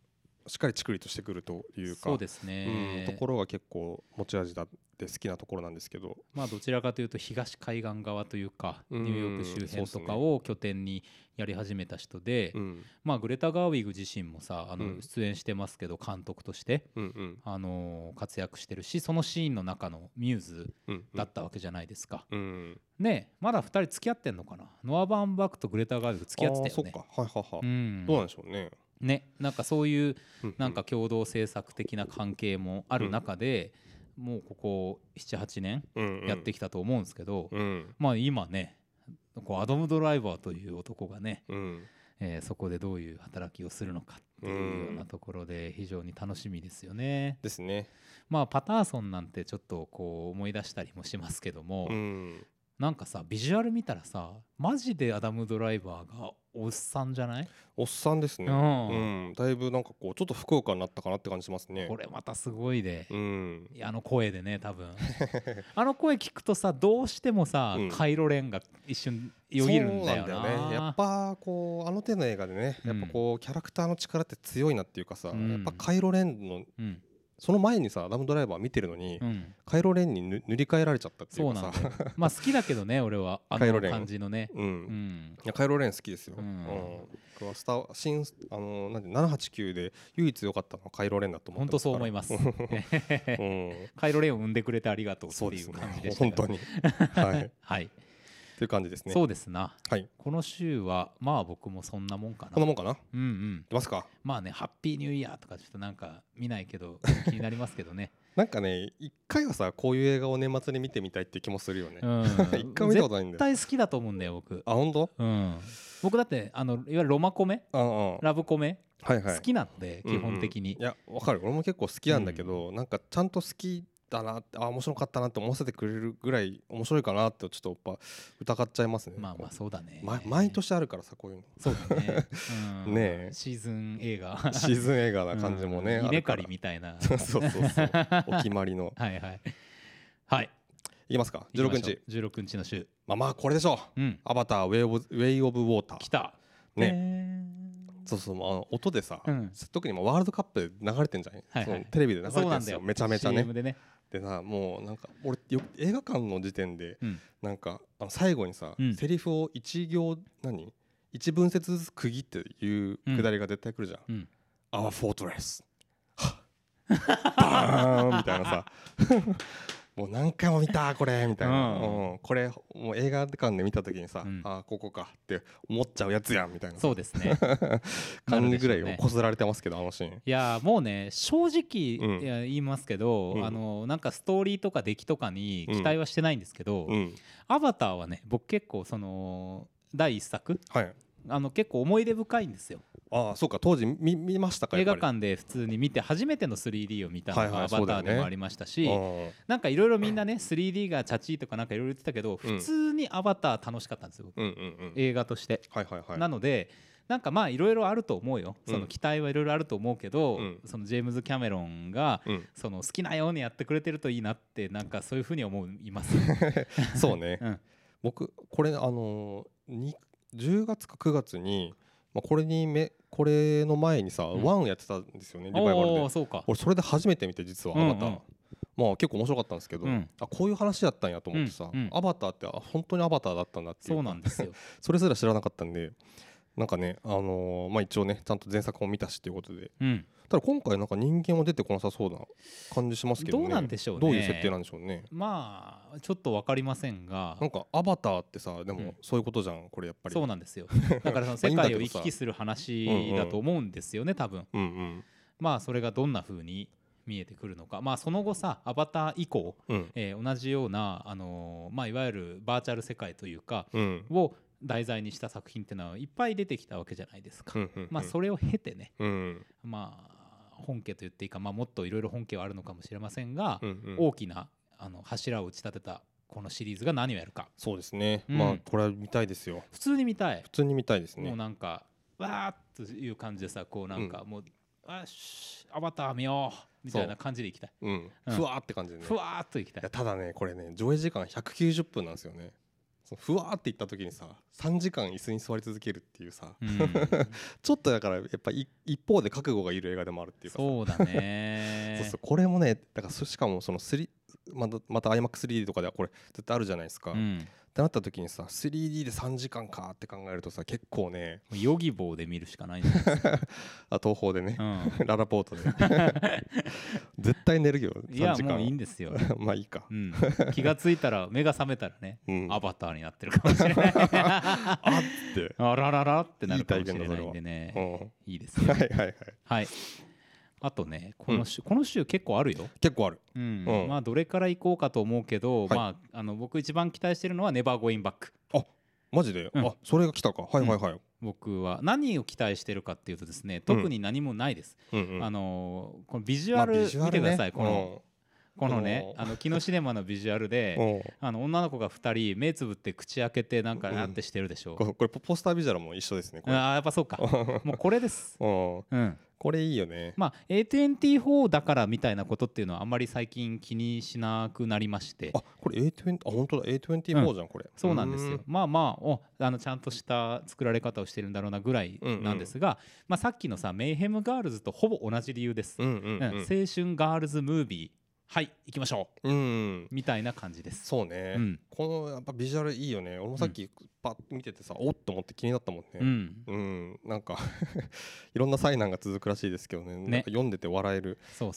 しっかりチクリとしてくるというか、 そうですね、 ところが結構持ち味だって好きなところなんですけど、 まあどちらかというと東海岸側というかニューヨーク周辺とかを拠点にやり始めた人で、まあグレタ・ガーウィグ自身もさ出演してますけど監督として活躍してるし、そのシーンの中のミューズだったわけじゃないですか。ね、まだ2人付き合ってんのかな。ノア・バーンバックとグレタ・ガーウィグ付き合ってたよね。 そうか、はいはいはい、どうなんでしょうね。 ね、なんかそういうなんか共同制作的な関係もある中で、もうここ 7,8 年やってきたと思うんですけど、まあ今ねこうアダム・ドライバーという男がね、そこでどういう働きをするのかっていうようなところで非常に楽しみですよね。 ですね。 まあパターソンなんてちょっとこう思い出したりもしますけども、なんかさビジュアル見たらさマジでアダム・ドライバーがおっさんじゃない？ おっさんですね。だいぶなんかこうちょっとふくよかになったかなって感じしますね。 これまたすごいで、声でね多分声聞くとさどうしてもさ、カイロレンが一瞬よぎるんだよな。 そうなんだよね。やっぱこう手の映画でね、やっぱこうキャラクターの力って強いなっていうかさ、やっぱカイロレンのその前にさアダムドライバー見てるのに、カイロレンに塗り替えられちゃったっていうかさ、 まあ好きだけどね俺はあの感じのね。 いやカイロレン好きですよ。スター新なんで789で唯一良かったのはカイロレンだと思ってますから。 本当そう思います。カイロレンを生んでくれてありがとうっていう感じでした。 本当にはいはいという感じですね。 そうですな。この週はまあ僕もそんなもんかな。 こんなもんかな。出ますか。 まあねハッピーニューイヤーとかちょっとなんか見ないけど気になりますけどね。 なんかね一回はさこういう映画を年末に見てみたいっていう気もするよね。一回見たことないんだよ。 絶対好きだと思うんだよ僕。 あ本当？ 僕だっていわゆるロマコメ、ラブコメ好きなんで基本的に。 いやわかる、俺も結構好きなんだけど、なんかちゃんと好きだなって面白かったなって思わせてくれるぐらい面白いかなってちょっとやっぱ疑っちゃいますね。 まあまあそうだね。 毎年あるからさこういうの。 そうだね。 ねシーズン映画な感じもね。 稲刈りみたいな。 そうお決まりの。 はいいきますか。16日 16日の週、 まあこれでしょう。アバターウェイオブウォーター来たね。そう音でさ、特にワールドカップで流れてんじゃない、テレビで流れてるんですよ。めちゃめちゃね。でさもうなんか俺映画館の時点でなんか最後にさセリフを一文節ずつ区切っていうくだりが絶対来るじゃん。Our Fortress バーンみたいなさもう何回も見たこれみたいな、これもう映画館で見た時にさ、ここかって思っちゃうやつやんみたいな。 そうですね感じぐらいこすられてますけどシーン。 いやもうね正直言いますけど、なんかストーリーとか出来とかに期待はしてないんですけど、アバターはね僕結構その第一作、結構思い出深いんですよ。 そうか当時見ましたか。 映画館で普通に見て初めての 3D を見たのがアバターでもありましたし、なんかいろいろみんなね 3D がチャチーとかなんかいろいろ言ってたけど、普通にアバター楽しかったんですよ、映画として。なのでなんかまあいろいろあると思うよ、その期待はいろいろあると思うけど、そのジェームズ・キャメロンがその好きなようにやってくれてるといいなってなんかそういうふうに思います。 そうね、僕これ10月か9月にこれの前にさ1やってたんですよね、リバイバルで。俺それで初めて見て実はアバター結構面白かったんですけど、こういう話だったんやと思ってさ、アバターって本当にアバターだったんだっていう。そうなんですよ。それすら知らなかったんでなんかね一応ねちゃんと前作も見たしということで、ただ今回なんか人間は出てこなさそうな感じしますけどね。 どうなんでしょうね。 どういう設定なんでしょうね。 まあちょっと分かりませんが、 なんかアバターってさでもそういうことじゃんこれやっぱり。 そうなんですよ。だからその世界を行き来する話だと思うんですよね多分。まあそれがどんな風に見えてくるのか。まあその後さアバター以降、同じようなまあいわゆるバーチャル世界というか、を題材にした作品っていうのはいっぱい出てきたわけじゃないですか。まあそれを経てね、まあ本家と言っていいか、まあもっといろいろ本家はあるのかもしれませんが、大きな柱を打ち立てたこのシリーズが何をやるか。 そうですね、まあこれは見たいですよ。 普通に見たいですね。 もうなんかわーっという感じでさこうなんかもう、アバター見ようみたいな感じでいきたい。 ふわーって感じでね。 ふわーっといきたい。 ただねこれね上映時間190分なんですよね。 ふわーっていった時にさ3時間椅子に座り続けるっていうさ、ちょっとだからやっぱ一方で覚悟がいる映画でもあるっていうかさ。 そうだねそうこれもねだからしかもそのまた IMAX3D とかではこれ絶対あるじゃないですか、ってなった時にさ 3D で3時間かって考えるとさ結構ねヨギボーで見るしかないんじゃないですか東宝でね、ララポートで絶対寝るよ3時間。 いやもういいんですよまあいいか、 気がついたら目が覚めたらね、アバターになってるかもしれないあってあらららってなるかもしれないんでね、いいですよ。 はいはいはいはい。あとねこの週結構あるよ。 結構ある。 まあどれから行こうかと思うけど、まあ僕一番期待してるのはネバーゴインバック。 あ、マジで？あ、それが来たか。はいはいはい。 僕は何を期待してるかっていうとですね、特に何もないです。このビジュアル見てください。このねキノシネマのビジュアルで女の子が2人目つぶって口開けてなんかやってしてるでしょ。 これポスタービジュアルも一緒ですね。 やっぱそうか。もうこれです。 これいいよね。 まあ A24 だからみたいなことっていうのはあんまり最近気にしなくなりまして。 あ、これ A20、本当だ A24 じゃんこれ。 そうなんですよ。まあちゃんとした作られ方をしてるんだろうなぐらいなんですが、まあさっきのさメイヘムガールズとほぼ同じ理由です。青春ガールズムービー。はい行きましょう、みたいな感じです。 そうね、このやっぱビジュアルいいよね。俺もさっきパッと見ててさ、おっと思って気になったもんね。なんかいろんな災難が続くらしいですけどね、なんか読んでて笑える。 そう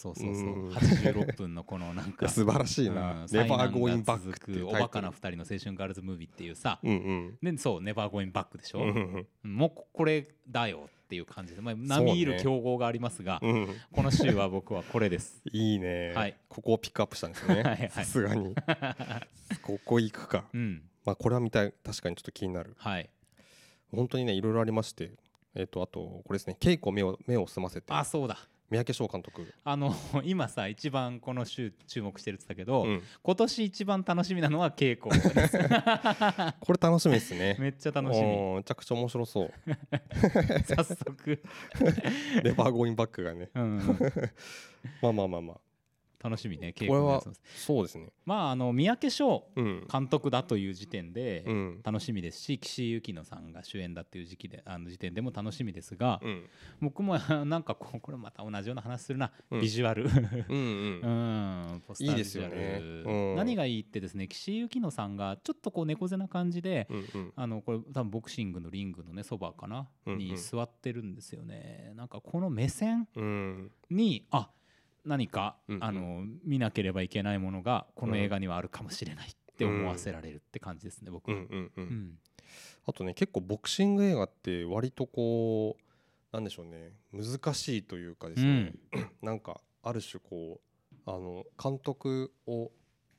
86分のこのなんか素晴らしいな、ネバーゴインバックっていうおバカな2人の青春ガールズムービーっていうさ、でそうネバーゴインバックでしょ。もうこれだよっていう感じで、並みいる競合がありますが、この週は僕はこれです。 いいね、ここをピックアップしたんですね。さすがにここ行くか。まあこれは見たい。確かにちょっと気になる。本当にねいろいろありまして、あとこれですね、稽古目を澄ませて。 あ、そうだ、 三宅翔監督。 今さ一番この週注目してるって言ったけど、今年一番楽しみなのは稽古ですこれ楽しみですね。 めっちゃ楽しみ。 めちゃくちゃ面白そう早速ネバーゴインバックがねまあ楽しみね。 これはそうですね。 まあ三宅翔監督だという時点で楽しみですし、岸井ゆきのさんが主演だっていう時点でも楽しみですが、僕もなんかこれまた同じような話するな、ビジュアルポスタービジュアル何がいいってですね、岸井ゆきのさんがちょっとこう猫背な感じで、これ多分ボクシングのリングのねそばかなに座ってるんですよね。なんかこの目線に何か見なければいけないものがこの映画にはあるかもしれないって思わせられるって感じですね、僕は。 あとね結構ボクシング映画って割とこうなんでしょうね、難しいというかですね、なんかある種こう監督を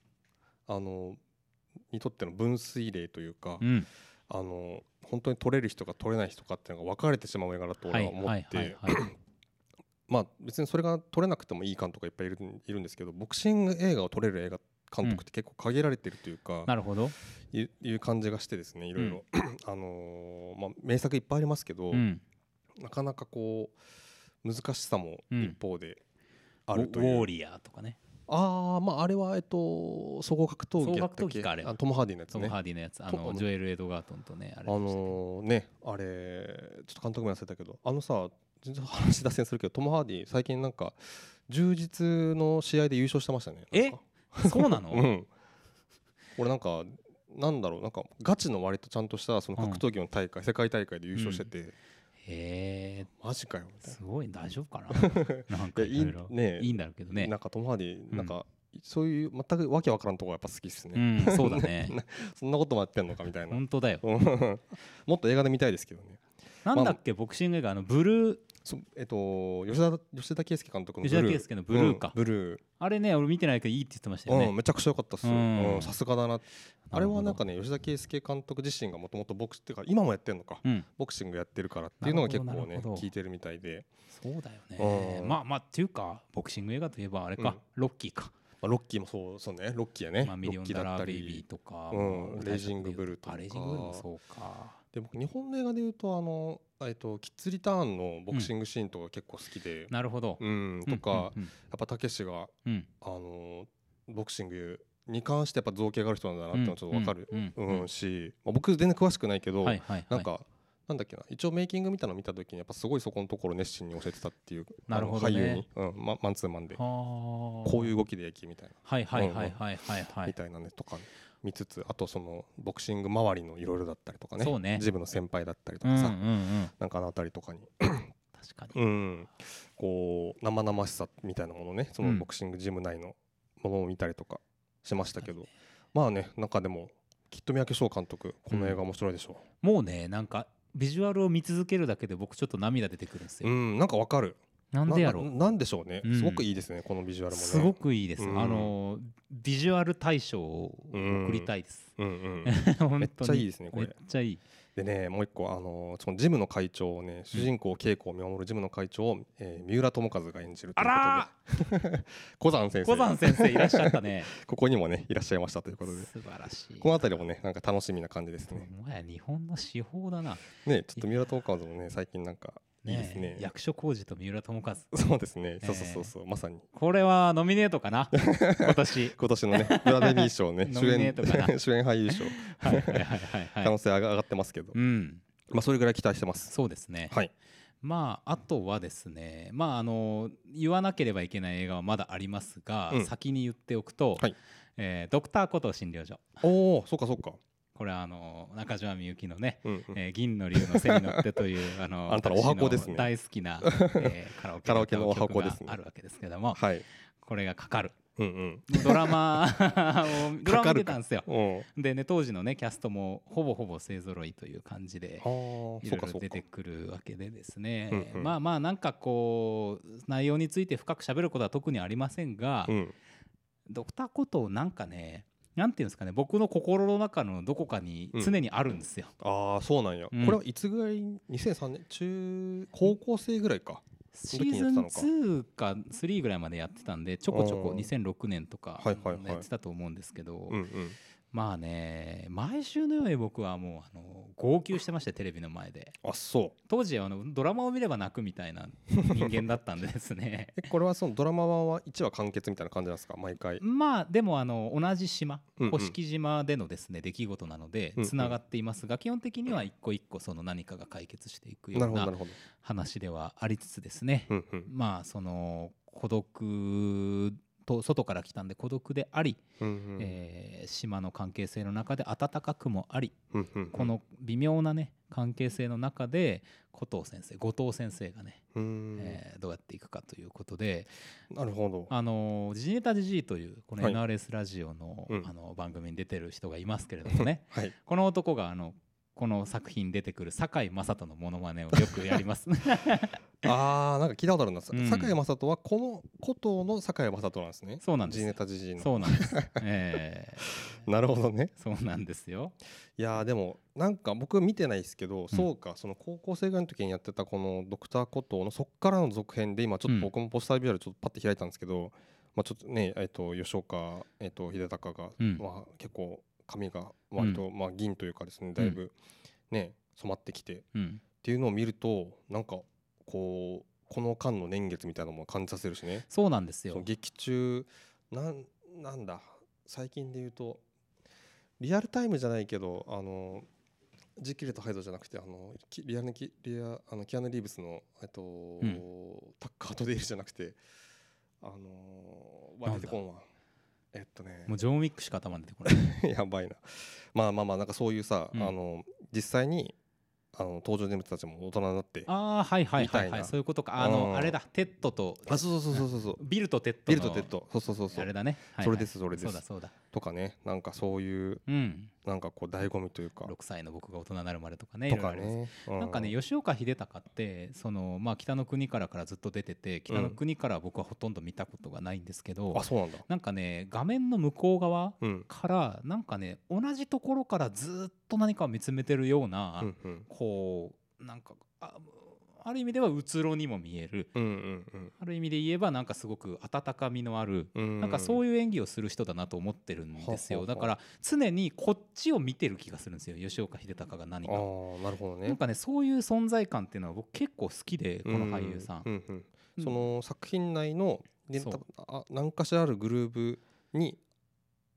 にとっての分水嶺というか、本当に撮れる人か撮れない人かっていうのが分かれてしまう映画だと俺は思って。まあ別にそれが撮れなくてもいい監督がいっぱいいるんですけど、ボクシング映画を撮れる映画監督って結構限られてるというか、 なるほどいう感じがしてですね、いろいろ名作いっぱいありますけど、なかなかこう難しさも一方であるという。 ウォーリアーとかね。 まああれは総合格闘技やったっけ、トム・ハーディのやつね。 トム・ハーディのやつ、ジョエル・エドガートンとね、あれあれちょっと監督名忘れたけど、さ全然話脱線するけど、トム・ハーディ最近なんか柔術の試合で優勝してましたね。 そうなの？ 俺なんかなんだろう、なんかガチの割とちゃんとしたその格闘技の大会、世界大会で優勝してて、マジかよみたいな。すごい、大丈夫かななんかいろいろいいんだろうけどね。 なんかトム・ハーディなんかそういう全くわけわからんところがやっぱ好きですね。 そうだねそんなこともやってんのかみたいな。 本当だよもっと映画で見たいですけどね。 なんだっけ、ボクシング映画ブルー、 吉田圭佑監督の吉田圭佑のブルーか。 ブルー、 あれね俺見てないけどいいって言ってましたよね。 めちゃくちゃ良かったっす。さすがだな。あれはなんかね、吉田圭佑監督自身がもともとボクシングっていうか今もやってんのか、ボクシングやってるからっていうのが結構ね聞いてるみたいで。 そうだよね。まあっていうかボクシング映画といえばあれか、ロッキーか。 ロッキーもそうね、ロッキーやね。 ミリオンダラーベイビーとか、 レイジングブルーとか。 レイジングブルーもそうか。 で僕日本の映画でいうとキッズリターンのボクシングシーンとか結構好きで。 なるほど。 とかやっぱたけしがボクシングに関してやっぱ造形がある人なんだなってのはちょっと分かるし、僕全然詳しくないけど、なんかなんだっけな、一応メイキング見たの見た時にやっぱすごいそこのところ熱心に教えてたっていう、 なるほどね、 俳優に、マンツーマンでこういう動きで駅みたいなみたいなねとか見つつ、あとそのボクシング周りのいろいろだったりとかね、ジムの先輩だったりとかさ、なんかあのあたりとかに確かに、 こう生々しさみたいなものね、そのボクシングジム内のものを見たりとかしましたけど、まあね、中でもきっと三宅翔監督この映画面白いでしょう。もうね、なんかビジュアルを見続けるだけで僕ちょっと涙出てくるんですよ。 なんかわかる。 なんでやろう。 なんでしょうね、すごくいいですねこのビジュアルもね。 すごくいいです。ビジュアル大賞を送りたいです。 めっちゃいいですねこれ。 めっちゃいい。でね、もう一個そのジムの会長をね、主人公稽古を見守るジムの会長を三浦友和が演じるということで、小山先生いらっしゃったね。 ここにもねいらっしゃいましたということで、 素晴らしい。 このあたりもねなんか楽しみな感じですね。 もはや日本の至宝だな。 ね、ちょっと三浦友和もね最近なんかいいですね。 役所広司と三浦友和。 そうですね。そうまさに。 これはノミネートかな。今年のねブラデミー賞ね主演俳優賞可能性上がってますけど、まあそれぐらい期待してます。 そうですね。 はい。 まああとはですね、まあ言わなければいけない映画はまだありますが、先に言っておくと、ドクターコトー診療所。 おお、そうかそうか。 これは中島みゆきのね、銀の竜の背に乗ってというあなたのお箱ですね。 大好きなカラオケのお箱があるわけですけども、これがかかる。ドラマ見てたんですよ。でね、当時のねキャストもほぼ勢ぞろいという感じでいろいろ出てくるわけでですね、まあなんかこう内容について深く喋ることは特にありませんが、ドクターコトーなんかね、なんていうんですかね、僕の心の中のどこかに常にあるんですよ。 ああ、そうなんや。これはいつぐらい、2003年高校生ぐらいか。 シーズン2か3ぐらいまでやってたんで、ちょこちょこ2006年とかやってたと思うんですけど、まあね、毎週のように僕はもう号泣してました、テレビの前で。 あ、そう。 当時ドラマを見れば泣くみたいな人間だったんでですねこれはそのドラマ版は1話完結みたいな感じなんですか、毎回。 まあでも同じ島、甑島でのですね出来事なのでつながっていますが、基本的には一個一個その何かが解決していくような話ではありつつですね、まあその孤独と外から来たんで孤独であり、島の関係性の中で温かくもあり、この微妙なね関係性の中で後藤先生がね、どうやっていくかということで、 なるほど、時事ネタ時事というこの NRS ラジオの、番組に出てる人がいますけれどもね、この男がこの作品に出てくる堺雅人のモノマネをよくやりますあー、なんか聞いたことあるんです。堺雅人はこの古藤の堺雅人なんですね。 そうなんです。 時ネタ時事の。 そうなんです。 なるほどね。 そうなんですよ。 いやでもなんか僕見てないですけど、そうか、その高校生ぐらいの時にやってたこのドクターコトーのそっからの続編で今ちょっと僕もポスタービジュアルちょっとパッて開いたんですけど、まあちょっとね吉岡秀隆がまあ結構髪が割とまあ銀というかですね、だいぶね染まってきてっていうのを見ると、なんかこの間の年月みたいなのも感じさせるしね。 そうなんですよ。 劇中なんだ最近で言うとリアルタイムじゃないけどジキルとハイドじゃなくてキアヌ・リーブスのタッカートデールじゃなくて出てこんわ。 もうジョン・ウィックしか頭に出てこないやばいな。まあなんかそういうさ、実際に登場人物たちも大人になって、 そういうことか。あれだ、テッドと、 そうビルとテッド、 そうあれだね。 それですそうだとかね、なんかそういうなんかこう醍醐味というか、 6歳の僕が大人になるまでとかね、いろいろあります。なんかね、吉岡秀隆ってまあ北の国からずっと出てて、北の国から僕はほとんど見たことがないんですけど、 あ、そうなんだ。 なんかね、画面の向こう側からなんかね、同じところからずっと何かを見つめてるような、こうなんかある意味ではうつろにも見える、ある意味で言えばなんかすごく温かみのある、なんかそういう演技をする人だなと思ってるんですよ。だから常にこっちを見てる気がするんですよ、吉岡秀隆が何か。 なるほどね。 なんかね、そういう存在感っていうのは僕結構好きで、この俳優さん、 その作品内の何かしらあるグルーブに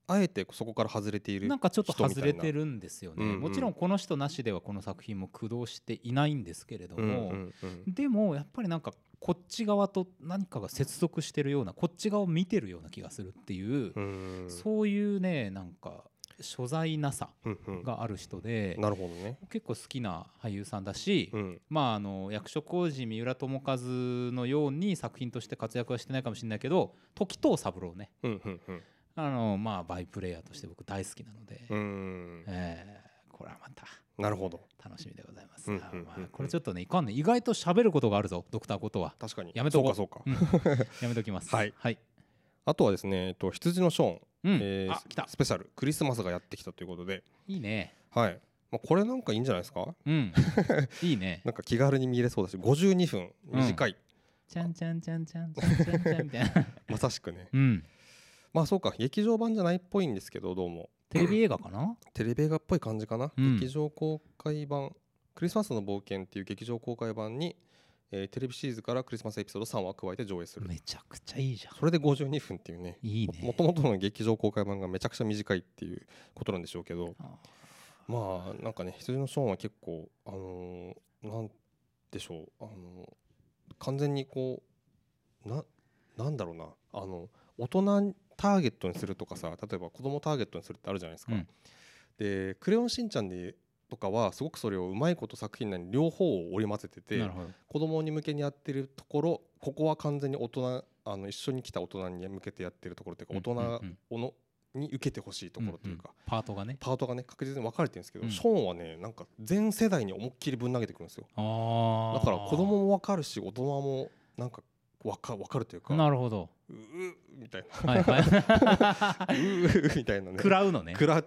あえてそこから外れているなんかちょっと外れてるんですよね、 うんうん、 もちろんこの人なしではこの作品も駆動していないんですけれども、 うんうんうん、 でもやっぱりなんかこっち側と何かが接続してるような、こっち側を見てるような気がするっていう、そういうねなんか所在なさがある人で、 なるほどね、 結構好きな俳優さんだし、まあ役所広司三浦友和のように作品として活躍はしてないかもしれないけど、時藤三郎ね、まあバイプレイヤーとして僕大好きなので、これはまたなるほど楽しみでございます。これちょっとねいかんね、意外と喋ることがあるぞドクターことは。 確かにやめとこう。 そうかやめときます。 はい、あとはですね、羊のショーン、来たスペシャルクリスマスがやってきたということで、 いいね。 はい、これなんかいいんじゃないですか。 いいね。 なんか気軽に見れそうだし、52分短い、 ちゃんちゃんちゃんちゃんちゃんちゃんちゃんみたいなまさしくね、まあそうか、劇場版じゃないっぽいんですけど、どうもテレビ映画かな、 テレビ映画っぽい感じかな、劇場公開版クリスマスの冒険っていう劇場公開版に、テレビシリーズからクリスマスエピソード3話加えて上映する。 めちゃくちゃいいじゃん。 それで52分っていうね、 いいね。 もともとの劇場公開版がめちゃくちゃ短いっていうことなんでしょうけど、まあなんかね、羊のショーンは結構なんでしょう、完全にこうなんだろうな、大人ターゲットにするとかさ、例えば子供ターゲットにするってあるじゃないですか、でクレヨンしんちゃんでとかはすごくそれをうまいこと作品内に両方を織り交ぜてて、子供に向けにやってるところ、ここは完全に大人一緒に来た大人に向けてやってるところというか、大人に受けてほしいところというか、 パートがね確実に分かれてるんですけど、ショーンはねなんか全世代に思いっきりぶん投げてくるんですよ。だから子供も分かるし大人もなんか分かるというか、 なるほど、 みたいなみたいなね、 食らうのね、 食らう、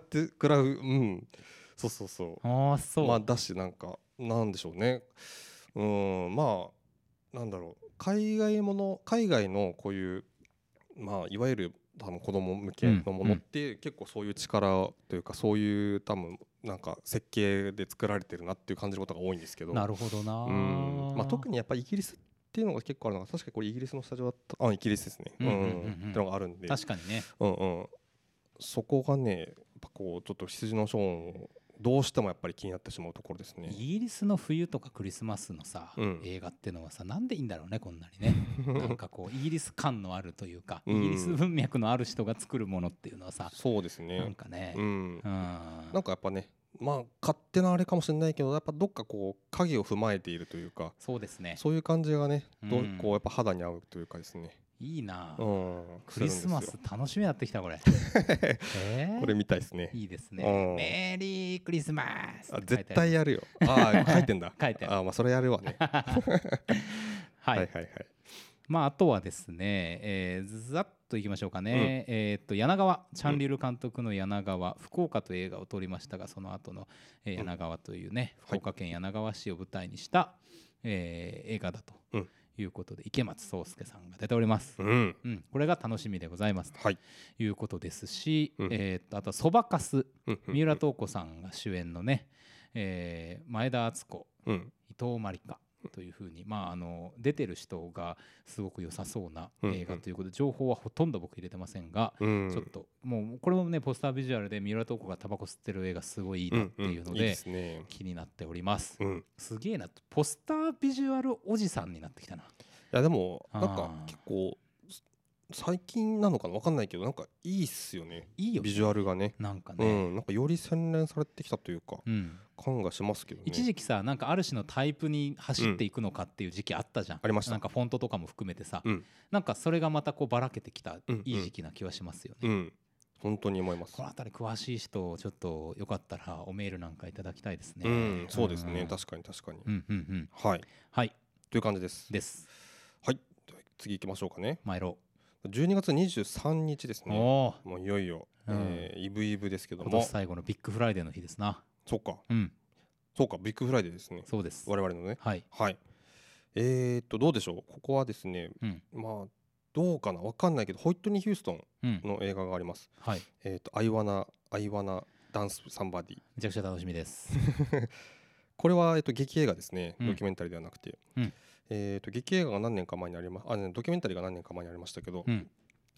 そうまあだし、なんかなんでしょうね、まあなんだろう、海外のこういうまあいわゆる多分子供向けのものって結構そういう力というか、そういう多分なんか設計で作られてるなっていう感じることが多いんですけど、 なるほどな、 まあ特にやっぱりイギリスっていうのが結構あるのが、確かにこれイギリスのスタジオだった、イギリスですね、っていうのがあるんで、 確かにね、 そこがねやっぱこうちょっと羊のショーンをどうしてもやっぱり気になってしまうところですね。 イギリスの冬とかクリスマスのさ、映画ってのはさ、なんでいいんだろうねこんなにねなんかこうイギリス感のあるというか、イギリス文脈のある人が作るものっていうのはさ、 そうですね、 なんかね、 なんかやっぱね、まあ勝手なあれかもしれないけど、やっぱどっかこう影を踏まえているというか、 そうですね、 そういう感じがね、こうやっぱ肌に合うというかですね、 いいな、クリスマス楽しみになってきたこれこれみたいですね。 いいですね、メリークリスマス、 絶対やるよ。書いてんだ書いてある。 まあそれやるわねはいまああとはですね、ざっといきましょうかね、柳川チャンリル監督の柳川、福岡という映画を撮りましたが、その後の柳川というね、福岡県柳川市を舞台にした映画だということで、池松壮亮さんが出ております、これが楽しみでございますということですし、あとそばかす、三浦透子さんが主演のね、前田敦子、伊藤まりかというふうに、まあ出てる人がすごく良さそうな映画ということで、情報はほとんど僕入れてませんが、ちょっともうこれもねポスタービジュアルで三浦透子がタバコ吸ってる映画すごいいいなっていうので気になっております。すげえな、ポスタービジュアルおじさんになってきたな。いやでもなんか結構最近なのかな分かんないけど、なんかいいっすよね、いいよね、ビジュアルがね、 なんかね、 なんかより洗練されてきたというか、感がしますけどね。 一時期さ、なんかある種のタイプに走っていくのかっていう時期あったじゃん、 ありました。 なんかフォントとかも含めてさ、なんかそれがまたこうばらけてきたいい時期な気はしますよね。 本当に思います。 このあたり詳しい人ちょっとよかったらおメールなんかいただきたいですね。 そうですね、確かにはいという感じです。はい、次行きましょうかね。 参ろう。 12月23日ですね。もういよいよイブイブですけども、 今年最後のビッグフライデーの日ですな。 そうかビッグフライデーですね。 そうです、 我々のね。 はいどうでしょう、ここはですね、まあどうかな分かんないけど、ホイットニー・ヒューストンの映画があります。アイワナダンスサンバディ、 めちゃくちゃ楽しみですこれは劇映画ですね、ドキュメンタリーではなくて、劇映画が何年か前にありまドキュメンタリーが何年か前にありましたけど、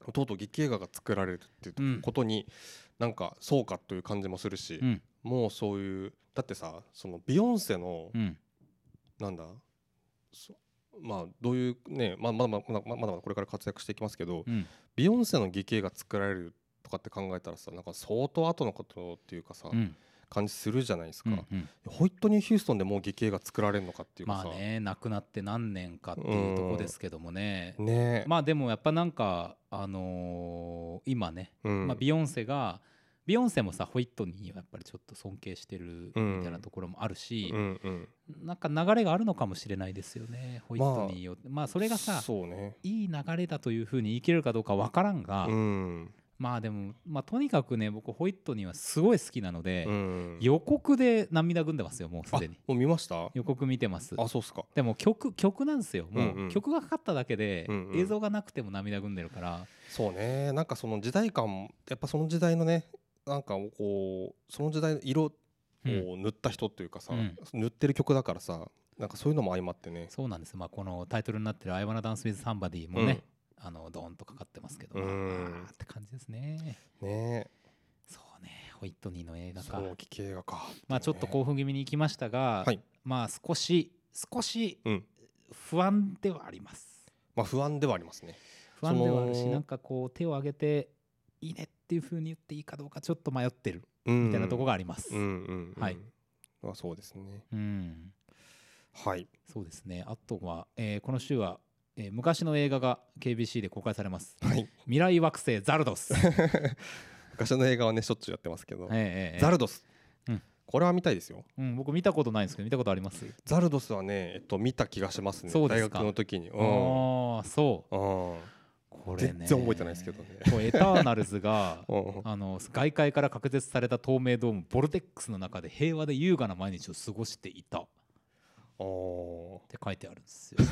とうとう劇映画が作られるっていうことに、なんかそうかという感じもするし、もうそういうだってさ、そのビヨンセの、なんだまあどういうね、まだまだこれから活躍していきますけど、ビヨンセの劇映画作られるとかって考えたらさ、なんか相当後のことっていうかさ、感じするじゃないですか。ホイットニー・ヒューストンでもう劇映画作られるのかっていうかさ、 まあね、亡くなって何年かっていうとこですけどもね、まあでもやっぱなんか今ね、まあビヨンセもさ、ホイットニーはやっぱりちょっと尊敬してるみたいなところもあるし、なんか流れがあるのかもしれないですよね、ホイットニーを。まあそれがさ、いい流れだというふうに言い切れるかどうか分からんが、まあでも、まあ、とにかくね、僕ホイットニーはすごい好きなので、予告で涙ぐんでますよ、もうすでに。 もう見ました？ 予告見てます。 あ、そうっすか。 でも曲なんですよ。もう曲がかかっただけで、映像がなくても涙ぐんでるから。 そうね、なんかその時代感、やっぱその時代のね、なんかこうその時代の色を塗った人っていうかさ、塗ってる曲だからさ、なんかそういうのも相まってね。 そうなんです。まあこのタイトルになってる「I Wanna Dance with Somebody」もね、ドーンとかかってますけど、って感じですね。そうね、ホイットニーの映画か。 そう、劇映画か。 まあちょっと興奮気味に行きましたが、まあ少し不安ではあります。 まあ不安ではありますね。 不安ではあるし、なんかこう手を挙げていいねっていう風に言っていいかどうかちょっと迷ってるみたいなところがあります。はい。 まあそうですね。はい。 そうですね。あとはこの週は昔の映画が KBC で公開されます。未来惑星ザルドス。 昔の映画はねしょっちゅうやってますけど、ザルドス、これは見たいですよ。 僕見たことないんですけど、見たことあります？ ザルドスはね、見た気がしますね。大学の時に。 ああ、そう。 これね、全然覚えてないですけどね。 エターナルズが外界から隔絶された透明ドームボルテックスの中で平和で優雅な毎日を過ごしていたって書いてあるんですよ。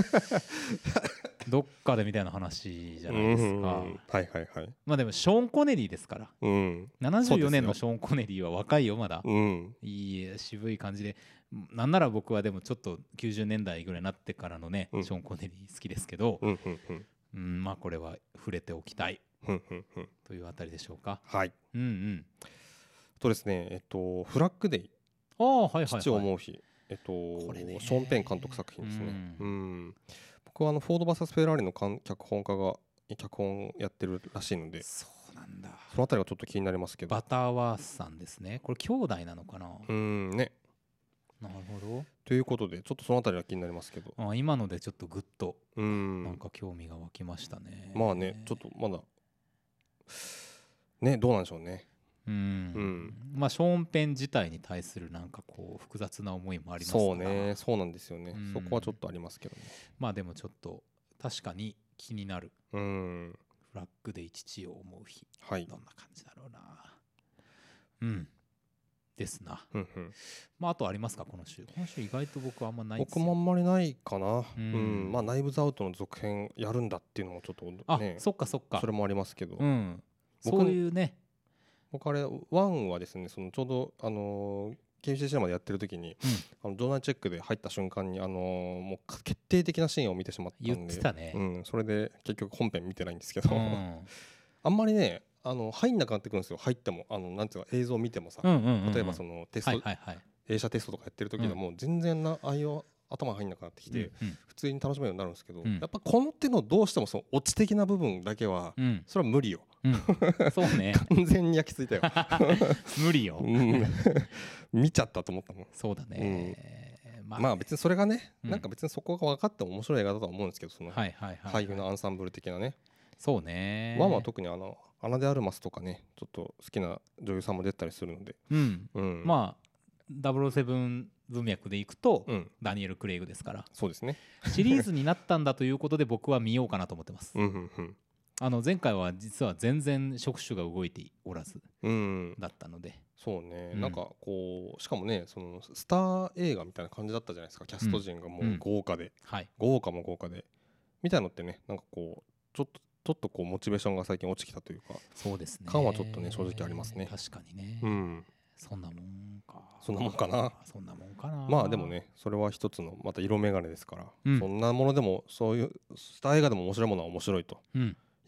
どっかでみたいな話じゃないですか。まあでもショーン・コネリーですから、74年のショーン・コネリーは若いよまだ。いい渋い感じで、なんなら僕はでもちょっと90年代ぐらいになってからのね、ショーン・コネリー好きですけど、まあこれは触れておきたいというあたりでしょうか。 はい。とですね、フラッグデイ、父を思う日、ショーン・ペン監督作品ですね。僕はフォード VS フェラーリの脚本家が脚本やってるらしいので、 そうなんだ。 そのあたりがちょっと気になりますけど。 バターワースさんですね。これ兄弟なのかな。 ね。 なるほど。 ということでちょっとそのあたりは気になりますけど、 今のでちょっとグッとなんか興味が湧きましたね。 まあね、ちょっとまだね、どうなんでしょうね。 まあショーンペン自体に対するなんかこう複雑な思いもありますから。 そうね、そうなんですよね。そこはちょっとありますけどね。 まあでもちょっと確かに気になる。フラッグで父を思う日、どんな感じだろうな。ですな。まああとありますか、この週。今週意外と僕はあんまないですよ。 僕もあんまりないかな。まあナイブズアウトの続編やるんだっていうのもちょっとね、 そっかそっか、 それもありますけど、 そういうね。 僕あれ1はですね、そのちょうどKBC シネマでやってる時に場内チェックで入った瞬間にもう決定的なシーンを見てしまったんで、 言ってたね。 それで結局本編見てないんですけど、あんまりね入んなくなってくるんですよ。入ってもなんていうか映像を見てもさ、例えばそのテスト、映写テストとかやってる時でも全然頭が入んなくなってきて、普通に楽しめるようになるんですけど、やっぱこの手のどうしてもそのオチ的な部分だけはそれは無理よ。 そうね。 完全に焼き付いたよ。 無理よ。 見ちゃったと思ったもん。 そうだね。 まあ別にそれがね、なんか別にそこが分かっても面白い映画だとは思うんですけど、その俳優のアンサンブル的なね。 そうね。 ワンは特にアナデアルマスとかね、ちょっと好きな女優さんも出たりするので、 まあ007文脈でいくとダニエル・クレイグですから。 そうですね。 シリーズになったんだということで僕は見ようかなと思ってます。前回は実は全然触手が動いておらずだったので、 そうね、なんかこうしかもね、そのスター映画みたいな感じだったじゃないですか。キャスト陣がもう豪華で、豪華も豪華でみたいのってね、なんかこうちょっとこうモチベーションが最近落ちてきたというか、 そうですね、 感はちょっとね正直ありますね。 確かにね。そんなもんか。 そんなもんかな。 そんなもんかな。 まあでもね、それは一つのまた色眼鏡ですから、そんなものでもそういうスター映画でも面白いものは面白いとい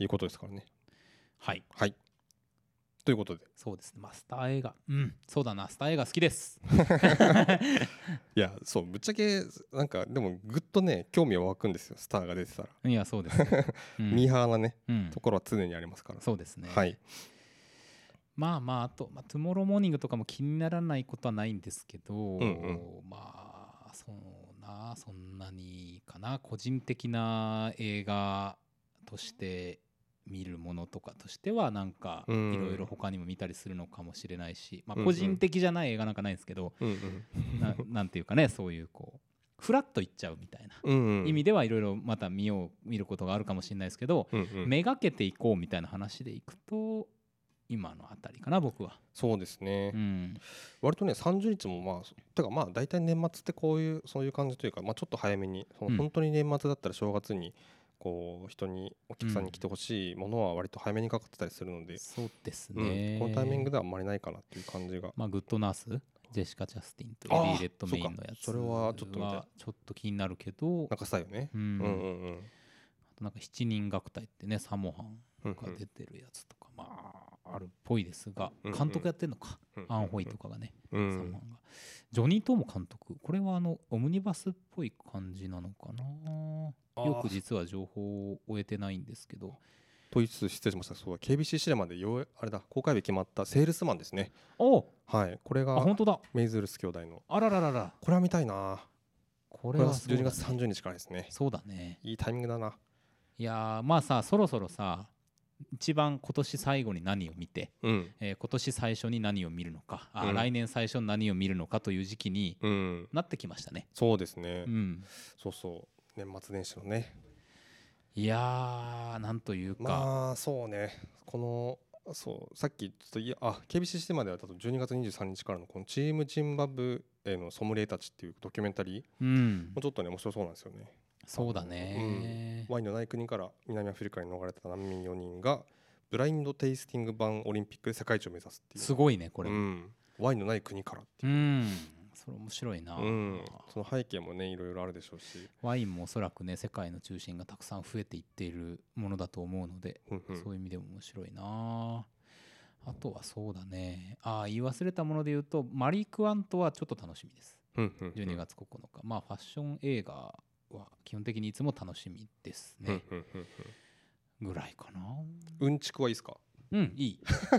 いうことですからね。 はい、 はい、ということで、 そうですね、まあ、スター映画、そうだな、スター映画好きですいやそうぶっちゃけなんかでもぐっとね興味は湧くんですよ、スターが出てたら。 いやそうですよ、 ミーハーなね、ところは常にありますから。 そうですね。 はい。 まああと、トゥモローモーニングとかも気にならないことはないんですけど、まあそんなにかな、個人的な映画として見るものとかとしてはなんかいろいろ他にも見たりするのかもしれないし、個人的じゃない映画なんかないんですけど、なんていうかね、そういうこうフラッといっちゃうみたいな意味ではいろいろまた見ることがあるかもしれないですけど、めがけていこうみたいな話でいくと今のあたりかな、僕は。 そうですね、割とね30日もてか大体年末ってそういう感じというか、ちょっと早めに本当に年末だったら正月にこうお客さんに来てほしいものは割と早めにかかってたりするので、 そうですね、 このタイミングではあんまりないかなっていう感じが。 グッドナースジェシカ・ジャスティンとエリー・レッドメインのやつそれはちょっと気になるけど、 なんかさよね。あとなんか7人楽隊ってね、サモハンが出てるやつとかあるっぽいですが、監督やってんのか、アン・ホイとかがね、サモハンが。ジョニー・トーも監督、これはオムニバスっぽい感じなのかな、よく実は情報を終えてないんですけど。 と言いつつ失礼しました。そうだ、KBC シネマであれだ、公開日決まったセールスマンですね。はい、これが本当だ、 メイズルス兄弟の。 あらららら、 これは見たいな。 これは 12月30日からですね。 そうだね、 いいタイミングだな。 いやそろそろさ、一番今年最後に何を見て、今年最初に何を見るのか、来年最初に何を見るのかという時期になってきましたね。 そうですね、そう年末年始のね。 いやー、なんというか、 そうね、さっきちょっとKBC シネマでは12月23日からのこのチームジンバブエのソムリエたちっていうドキュメンタリーもちょっとね面白そうなんですよね。 そうだね、 ワインのない国から南アフリカに逃れた難民4人がブラインドテイスティング版オリンピックで世界一を目指すっていう。 すごいねこれ、 ワインのない国からっていう、 それ面白いな、 その背景もねいろいろあるでしょうし、 ワインもおそらくね世界の中心がたくさん増えていっているものだと思うので、そういう意味でも面白いな。あとはそうだね、言い忘れたもので言うとマリー・クワントはちょっと楽しみです。12月9日、ファッション映画は基本的にいつも楽しみですね、ぐらいかな。 うんちくはいいですか？ いい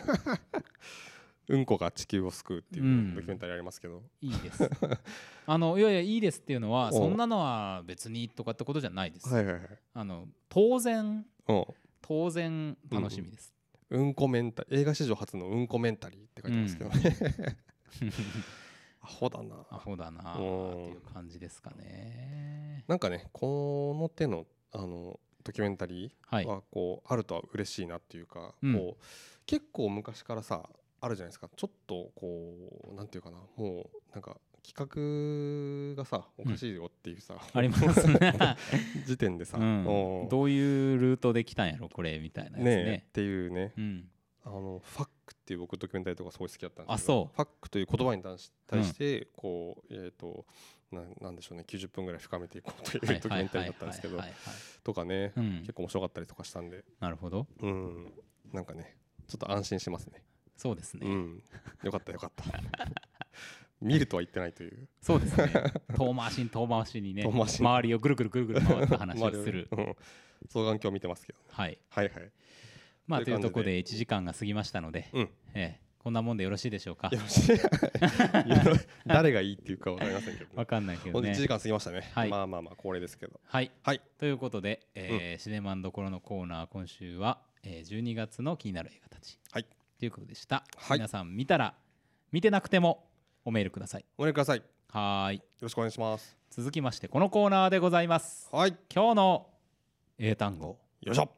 うんこが地球を救うっていうドキュメンタリーありますけど、 いいですいやいいですっていうのはそんなのは別にとかってことじゃないです。当然楽しみです。 うんこメンタリー、映画史上初のうんこメンタリーって書いてますけどね、アホだなっていう感じですかね。 なんかねこの手のドキュメンタリーはこうあるとは嬉しいなっていうか、こう結構昔からさあるじゃないですか。ちょっとこうなんていうかな、もうなんか企画がさおかしいよっていうさ、 ありますね時点でさ、 どういうルートで来たんやろこれみたいなやつねっていうね、ファックっていう僕ドキュメンタリーとかすごい好きだったんですけど、ファックという言葉に対してこうなんでしょうね、90分ぐらい深めていこうというドキュメンタリーだったんですけどとかね、結構面白かったりとかしたんで、 なるほど、 なんかねちょっと安心しますね。 そうですね、 よかった見るとは言ってないという。 そうですね、遠回しにね周りをぐるぐる回った話をする双眼鏡見てますけど、 はいというところで1時間が過ぎましたので、こんなもんでよろしいでしょうか。 よろしい誰がいいっていうか分かりませんけど、 分かんないけどね。 1時間過ぎましたね。まあ恒例ですけど。 ということで、シネマンどころのコーナー、今週は12月の気になる映画たちということでした。皆さん見たら見てなくてもおメールください。 おメールください。 よろしくお願いします。 続きましてこのコーナーでございます。今日の英単語、 よいしょ。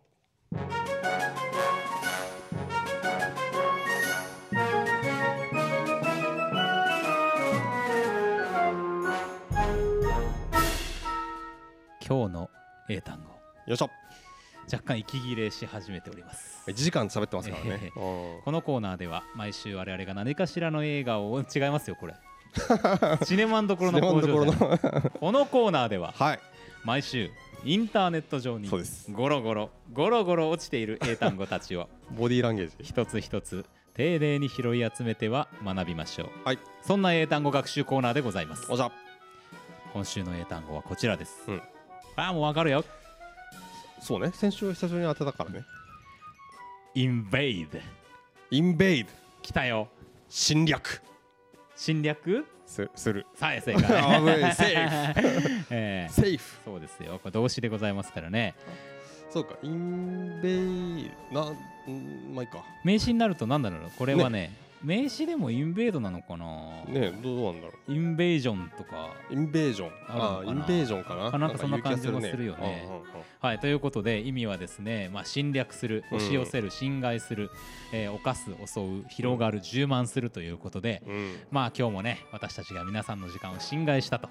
今日の英単語、 よいしょ。 若干息切れし始めております。 1時間喋ってますからね、 このコーナーでは毎週我々が何かしらの映画を違いますよこれシネマンどころの工場じゃないこのコーナーでは毎週インターネット上にゴロゴロ落ちている英単語たちをボディーランゲージ一つ一つ丁寧に拾い集めては学びましょう。 はい、 そんな英単語学習コーナーでございます。 おじゃ今週の英単語はこちらです、 うん、 もうわかるよ。 そうね、先週久しぶりに当てたからね。 invade 来たよ。 侵略するさあ正解セーフセーフそうですよ、これ動詞でございますからね。 そうか、インベイまあいいか。 名詞になると何だろう、これはね名詞でもインベードなのかなね。どうなんだろう。 インベージョンとかインベージョンインベージョンかな。 なんかそんな感じもするよね。はい、ということで意味はですね、侵略する、押し寄せる、侵害する、犯す、襲う、広がる、充満するということで、今日もね私たちが皆さんの時間を侵害したと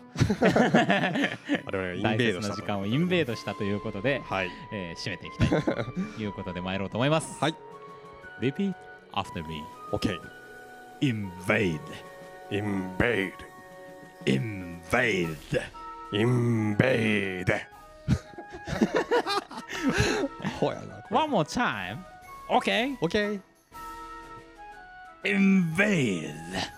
大切な時間をインベードしたということで、締めていきたいということで参ろうと思います。 はい、 Repeat after me. OK. Invade. ほやな。 One more time. OK. Invade.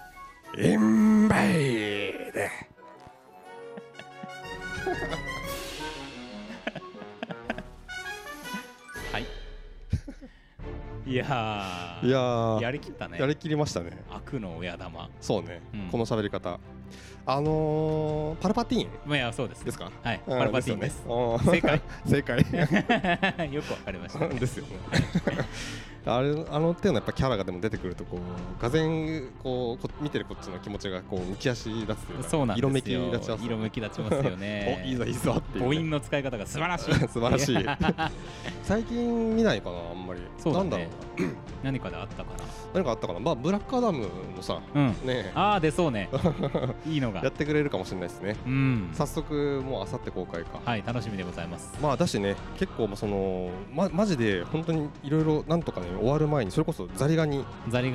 はい。いややりきったね。 やりきりましたね。 悪の親玉。 そうね、この喋り方パルパティーン。 いや、そうです。 ですか。 はい、パルパティーンです。正解よくわかりましたですよね。手のやっぱキャラがでも出てくるとがぜん見てるこっちの気持ちが浮き足立つというか、 そうなんですよ。 色めき立ちますよね。 いいぞっていう母音の使い方が素晴らしい。 素晴らしい。最近見ないかな、あんまり。 なんだろう。何かであったかな。ブラックアダムのさ、ね、 出そうね。いいのがやってくれるかもしれないですね。早速もうあさって公開か。 はい、楽しみでございます。 だしね、結構マジで本当にいろいろなんとかね終わる前に、それこそザリガニの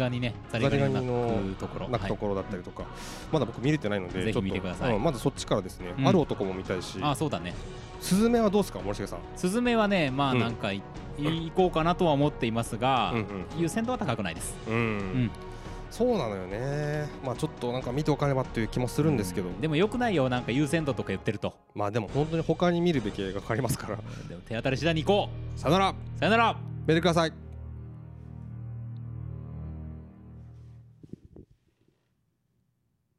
鳴くところだったりとか、まだ僕見れてないので、 ぜひ見てください。 まずそっちからですね。ある男も見たいし。 そうだね。 スズメはどうですか、森重さん。 スズメはね、なんか行こうかなとは思っていますが、優先度は高くないです。 そうなのよね。ちょっとなんか見ておかねばっていう気もするんですけど、 でもよくないよ、なんか優先度とか言ってると。 でも本当に他に見るべき映画がかかりますから。 でも手当たり次第に行こう。さよなら。 メールください。